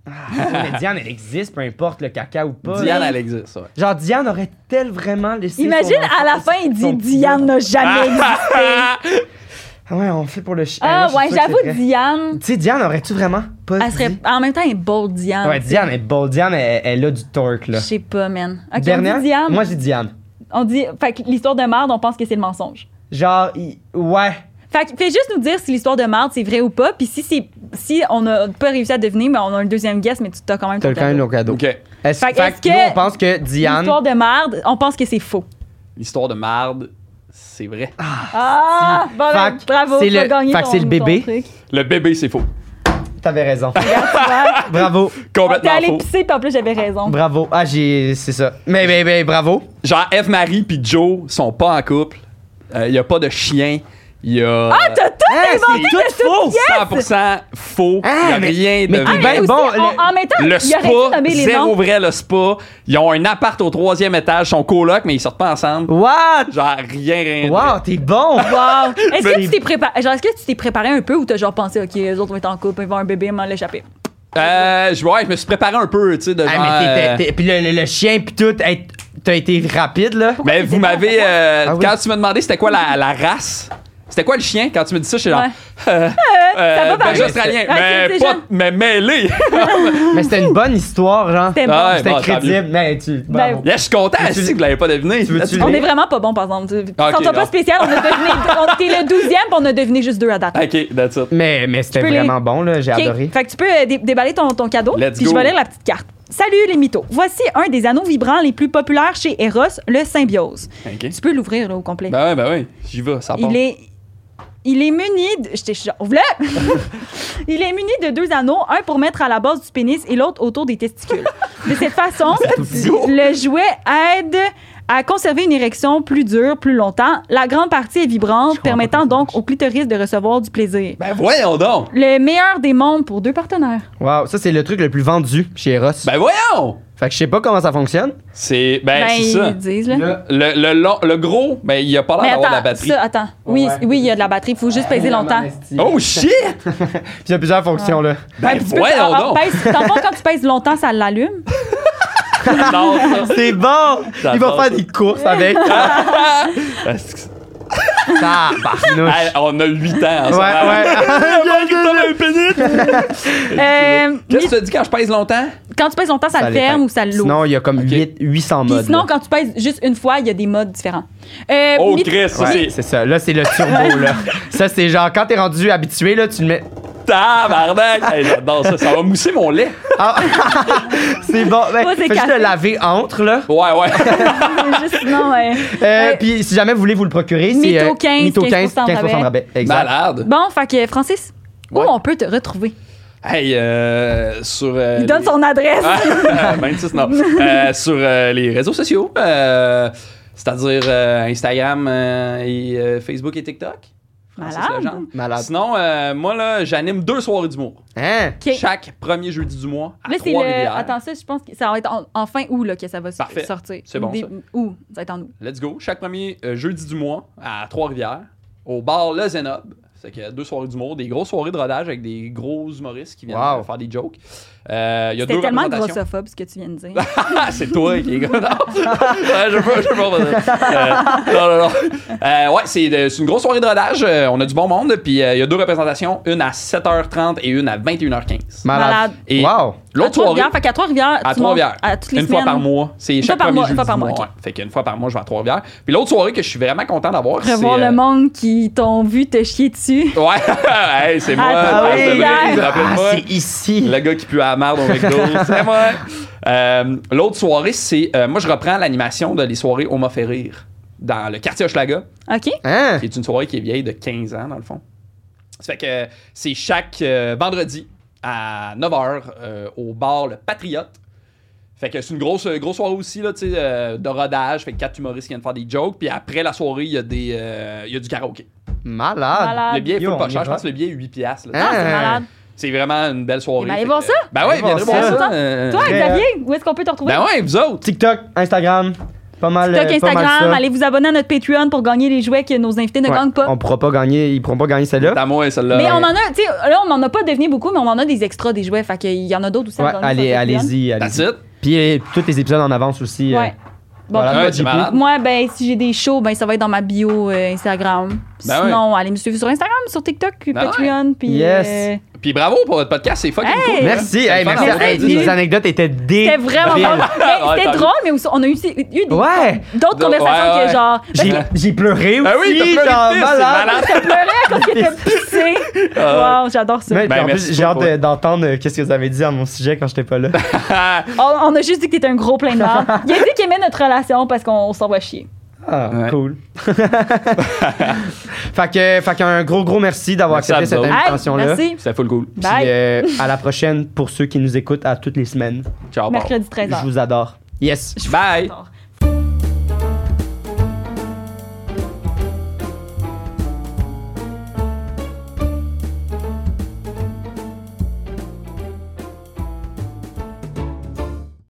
Mais Diane, elle existe, peu importe le caca ou pas. Diane, elle existe, ouais. Genre, Diane aurait-elle vraiment laissé. Imagine, à la fin, il dit Diane n'a jamais existé. Ah ouais, on fait pour le chien. Ah ouais, j'avoue, Diane. Tu sais, Diane, aurais-tu vraiment pas Elle serait, dit? en même temps, elle est bold, Diane. Ouais, Diane est bold. Diane, elle a du torque, Je là. sais pas, man. Ok, Dernière? on dit Diane. Moi, j'ai Diane. On dit. Fait que l'histoire de merde, on pense que c'est le mensonge. Genre, ouais. Fait que fais juste nous dire si l'histoire de merde, c'est vrai ou pas. Puis si on n'a pas réussi à deviner, mais on a un deuxième guess, mais tu t'as quand même ton T'as quand même cadeau. nos cadeaux. OK. Fait que est-ce que nous, on pense que Diane. L'histoire de merde, on pense que c'est faux. L'histoire de marde, c'est vrai. Ah! Bon, Fait ben, que bravo, c'est tu as le- gagné fait que ton- c'est le bébé. ton truc. Le bébé, c'est faux. T'avais raison. Regarde, tu vois. Bravo. T'es Complètement allé faux. pisser, puis en plus, j'avais raison. Bravo. Ah, c'est ça. Mais bravo. Genre, Eve-Marie puis Joe sont pas en couple. Il y a pas de chien. Il y a... Ah, t'as tout Hein, inventé c'est de tout faux. 100% faux. Ah, Il y a mais- rien mais de t'es Ah, vrai. mais ben aussi, bon, en même temps, Le il aurait dû spa, nommer les zéro noms. vrai le spa. Ils ont un appart au 3e étage, sont coloc, mais ils sortent pas ensemble. What? Genre, rien de Wow, vrai. t'es bon. Wow! Est-ce que Mais- tu t'es préparé? Genre, est-ce que tu t'es préparé un peu ou t'as genre pensé, OK, les autres vont être en couple, ils vont avoir un bébé, ils vont l'échapper? Je me suis préparé un peu, tu sais, de Ah, genre, mais puis le chien, puis tout, hey, t'as été rapide, là. Mais vous m'avez... Ah oui. Quand tu m'as demandé c'était quoi la race, c'était quoi le chien? Quand tu me dis ça, je suis genre... Ouais. va pareil. Belge australien, Ah, mais c'est pas... genre- Mais mêlé! Mais c'était une bonne histoire, genre. C'était bon. Ah ouais, C'était bon, tant crédible. Mais tu. Ben, bravo. Yeah, je suis content, Tu veux-tu- si vous l'avez pas deviné. tu veux-tu- On est vraiment pas bon, par exemple. Ah, ok, Sens-toi pas non. spécial, on a deviné. T'es le 12e, puis on a deviné juste 2 à date. OK, that's it. Mais c'était peux les- vraiment bon, là. J'ai OK. adoré. Fait que tu peux déballer ton cadeau. Let's Puis go. je vais lire la petite carte. Salut les mythos. Voici un des anneaux vibrants les plus populaires chez Eros, le Symbiose. OK. Tu peux l'ouvrir là, au complet. Ben ouais, j'y vais, ça part. Il est muni de... Ouvre-le! Il est muni de 2 anneaux, un pour mettre à la base du pénis et l'autre autour des testicules. De cette façon, le jouet aide à conserver une érection plus dure, plus longtemps. La grande partie est vibrante, permettant donc au clitoris de recevoir du plaisir. Ben voyons donc! Le meilleur des mondes pour 2 partenaires. Wow, ça, c'est le truc le plus vendu chez Eros. Ben voyons! Fait que je sais pas comment ça fonctionne. C'est Ben, c'est ça. ils disent, là. Le gros, ben il a pas l'air Mais d'avoir de la attends, batterie. ça, attends. Oui, Ouais. oui, il y a de la batterie. Il faut juste peser longtemps. Oh shit! Puis il y a plusieurs fonctions, là. Ben Tu peux- voyons donc! Dans le fond, quand tu pèses longtemps, ça l'allume. Non, ça. C'est bon! Il va faire des courses avec. Tabarnouche. Hey, on a 8 ans ensemble. Qu'est-ce que tu as dit quand je pèse longtemps? Quand tu pèses longtemps, ça le ferme ou ça l'ouvre. Sinon, il y a comme Ok. 800 Puis modes. sinon, là. quand tu pèses juste une fois, il y a des modes différents. Oh mythe- Chris, ça Ouais, c'est c'est ça. Là, c'est le turbo, là. Ça, c'est genre, quand t'es rendu habitué, là, tu le mets. tabarnak! Hey, j'adore ça, ça va mousser mon lait. Ah, c'est bon. Ben, Ouais, c'est fais juste café. le laver entre, là. Ouais. juste, non, ouais. Puis si jamais vous voulez vous le procurer, c'est Mytho 15, Mytho 15, 15% de 15% de rabais. Exact. Malade. Bon, fait que Francis, Ouais. où on peut te retrouver? Hey, sur. Il donne son adresse. 26, non. Sur les réseaux sociaux, c'est-à-dire Instagram et Facebook et TikTok. Francis Malade. Legendre. Malade. Sinon, moi, là, j'anime 2 soirées d'humour. Hein? OK. Chaque premier jeudi du mois à Là, c'est le. Trois-Rivières. Attends, ça, je pense que ça va être en fin août là, que ça va Parfait. sortir. C'est bon, ça. Où? Ça va être en août. Let's go. Chaque premier jeudi du mois à Trois-Rivières, au bar Le Zenob. C'est qu'il y a 2 soirées d'humour, des grosses soirées de rodage avec des gros humoristes qui viennent Wow. faire des jokes. Il y a 2 C'était tellement représentations. grossophobe ce que tu viens de dire. C'est toi qui est gars. Non. Ouais, je peux. Non. Ouais, c'est une grosse soirée de rodage. On a du bon monde. Puis il y a 2 représentations, une à 7h30 et une à 21h15. Malade. Et Wow. l'autre soirée. Fait qu'à Trois-Rivières, À tu montes Trois-Rivières. à toutes les Une semaines. fois par mois. C'est Une chaque fois par premier mois, jeudi une fois par du mois, mois. ok. Ouais. Fait qu'une fois par mois, je vais à Trois-Rivières. Puis l'autre soirée que je suis vraiment content d'avoir, c'est... Revoir le monde qui t'ont vu te chier dessus. Ouais, hey, c'est moi. Ah, Passe oui, de hier. Brise, rappelle-moi. C'est ici. Le gars qui pue à la merde au McDo, c'est moi. L'autre soirée, c'est... moi, je reprends l'animation de les soirées On m'a fait rire dans le quartier Hochelaga, OK? Hein? qui est une soirée qui est vieille de 15 ans, dans le fond. Ça fait que c'est chaque vendredi à 9h au bar Le Patriote. Fait que c'est une grosse soirée aussi, là, tu sais, de rodage. Fait que 4 humoristes qui viennent faire des jokes. Puis après la soirée, il y a du karaoké. Malade. Malade. Le billet est Yo, full pas on cher. Je ira. pense que le billet est 8$. Là. Ah, c'est Hein? malade. C'est vraiment une belle soirée. Eh ben, allez Fait voir que- ça. Ben ouais, Allez voir viendrez voir ça. ça. Toi, Très Xavier, où est-ce qu'on peut te retrouver? Ben ouais, vous autres. TikTok, Instagram. Pas mal. TikTok, pas mal Instagram, ça. allez vous abonner à notre Patreon pour gagner les jouets que nos invités ne Ouais, gagnent pas. Ils pourront pas gagner celle-là. T'as moi, celle-là. Mais on en a, tu sais, là, on en a pas devenu beaucoup, mais on en a des extras des jouets. Fait qu'il y en a d'autres aussi à Ouais, gagner. sur Patreon. allez-y. That's it. Puis tous les épisodes en avance aussi. Ouais. Bon, Voilà, Ouais, toi, c'est JP. malade. moi, ben, si j'ai des shows, ben, ça va être dans ma bio Instagram. Ben Sinon, allez me suivre sur Instagram, sur TikTok, Ben Patreon. Puis, Yes. Puis bravo pour votre podcast, c'est fucking Hey! cool. Merci. C'est Hey, le fun merci. d'avoir Hey, dit. les anecdotes étaient c'était vraiment débiles. drôle. Mais Ouais, c'était t'as drôle, mais aussi, on a eu des Ouais. d'autres Donc, conversations ouais, que genre. J'ai pleuré aussi. Ah oui, t'as pleuré genre de pisse, c'est malade. malade. Je pleurais quand il était pissé. Wow, j'adore ça. Mais, Ben, puis en merci plus, j'ai hâte beaucoup. d'entendre qu'est-ce que vous avez dit à mon sujet quand j'étais pas là. On a juste dit que t'étais un gros plein de marde. Il a dit qu'il aimait notre relation parce qu'on s'envoie chier. Ah, Ouais. cool. fait qu'un gros merci d'avoir Merci à accepté vous cette autres. Hey, invitation-là. merci. C'est full cool. Puis Bye. à la prochaine pour ceux qui nous écoutent à toutes les semaines. Ciao, bye. Mercredi 13h. Je vous adore. Yes. Bye.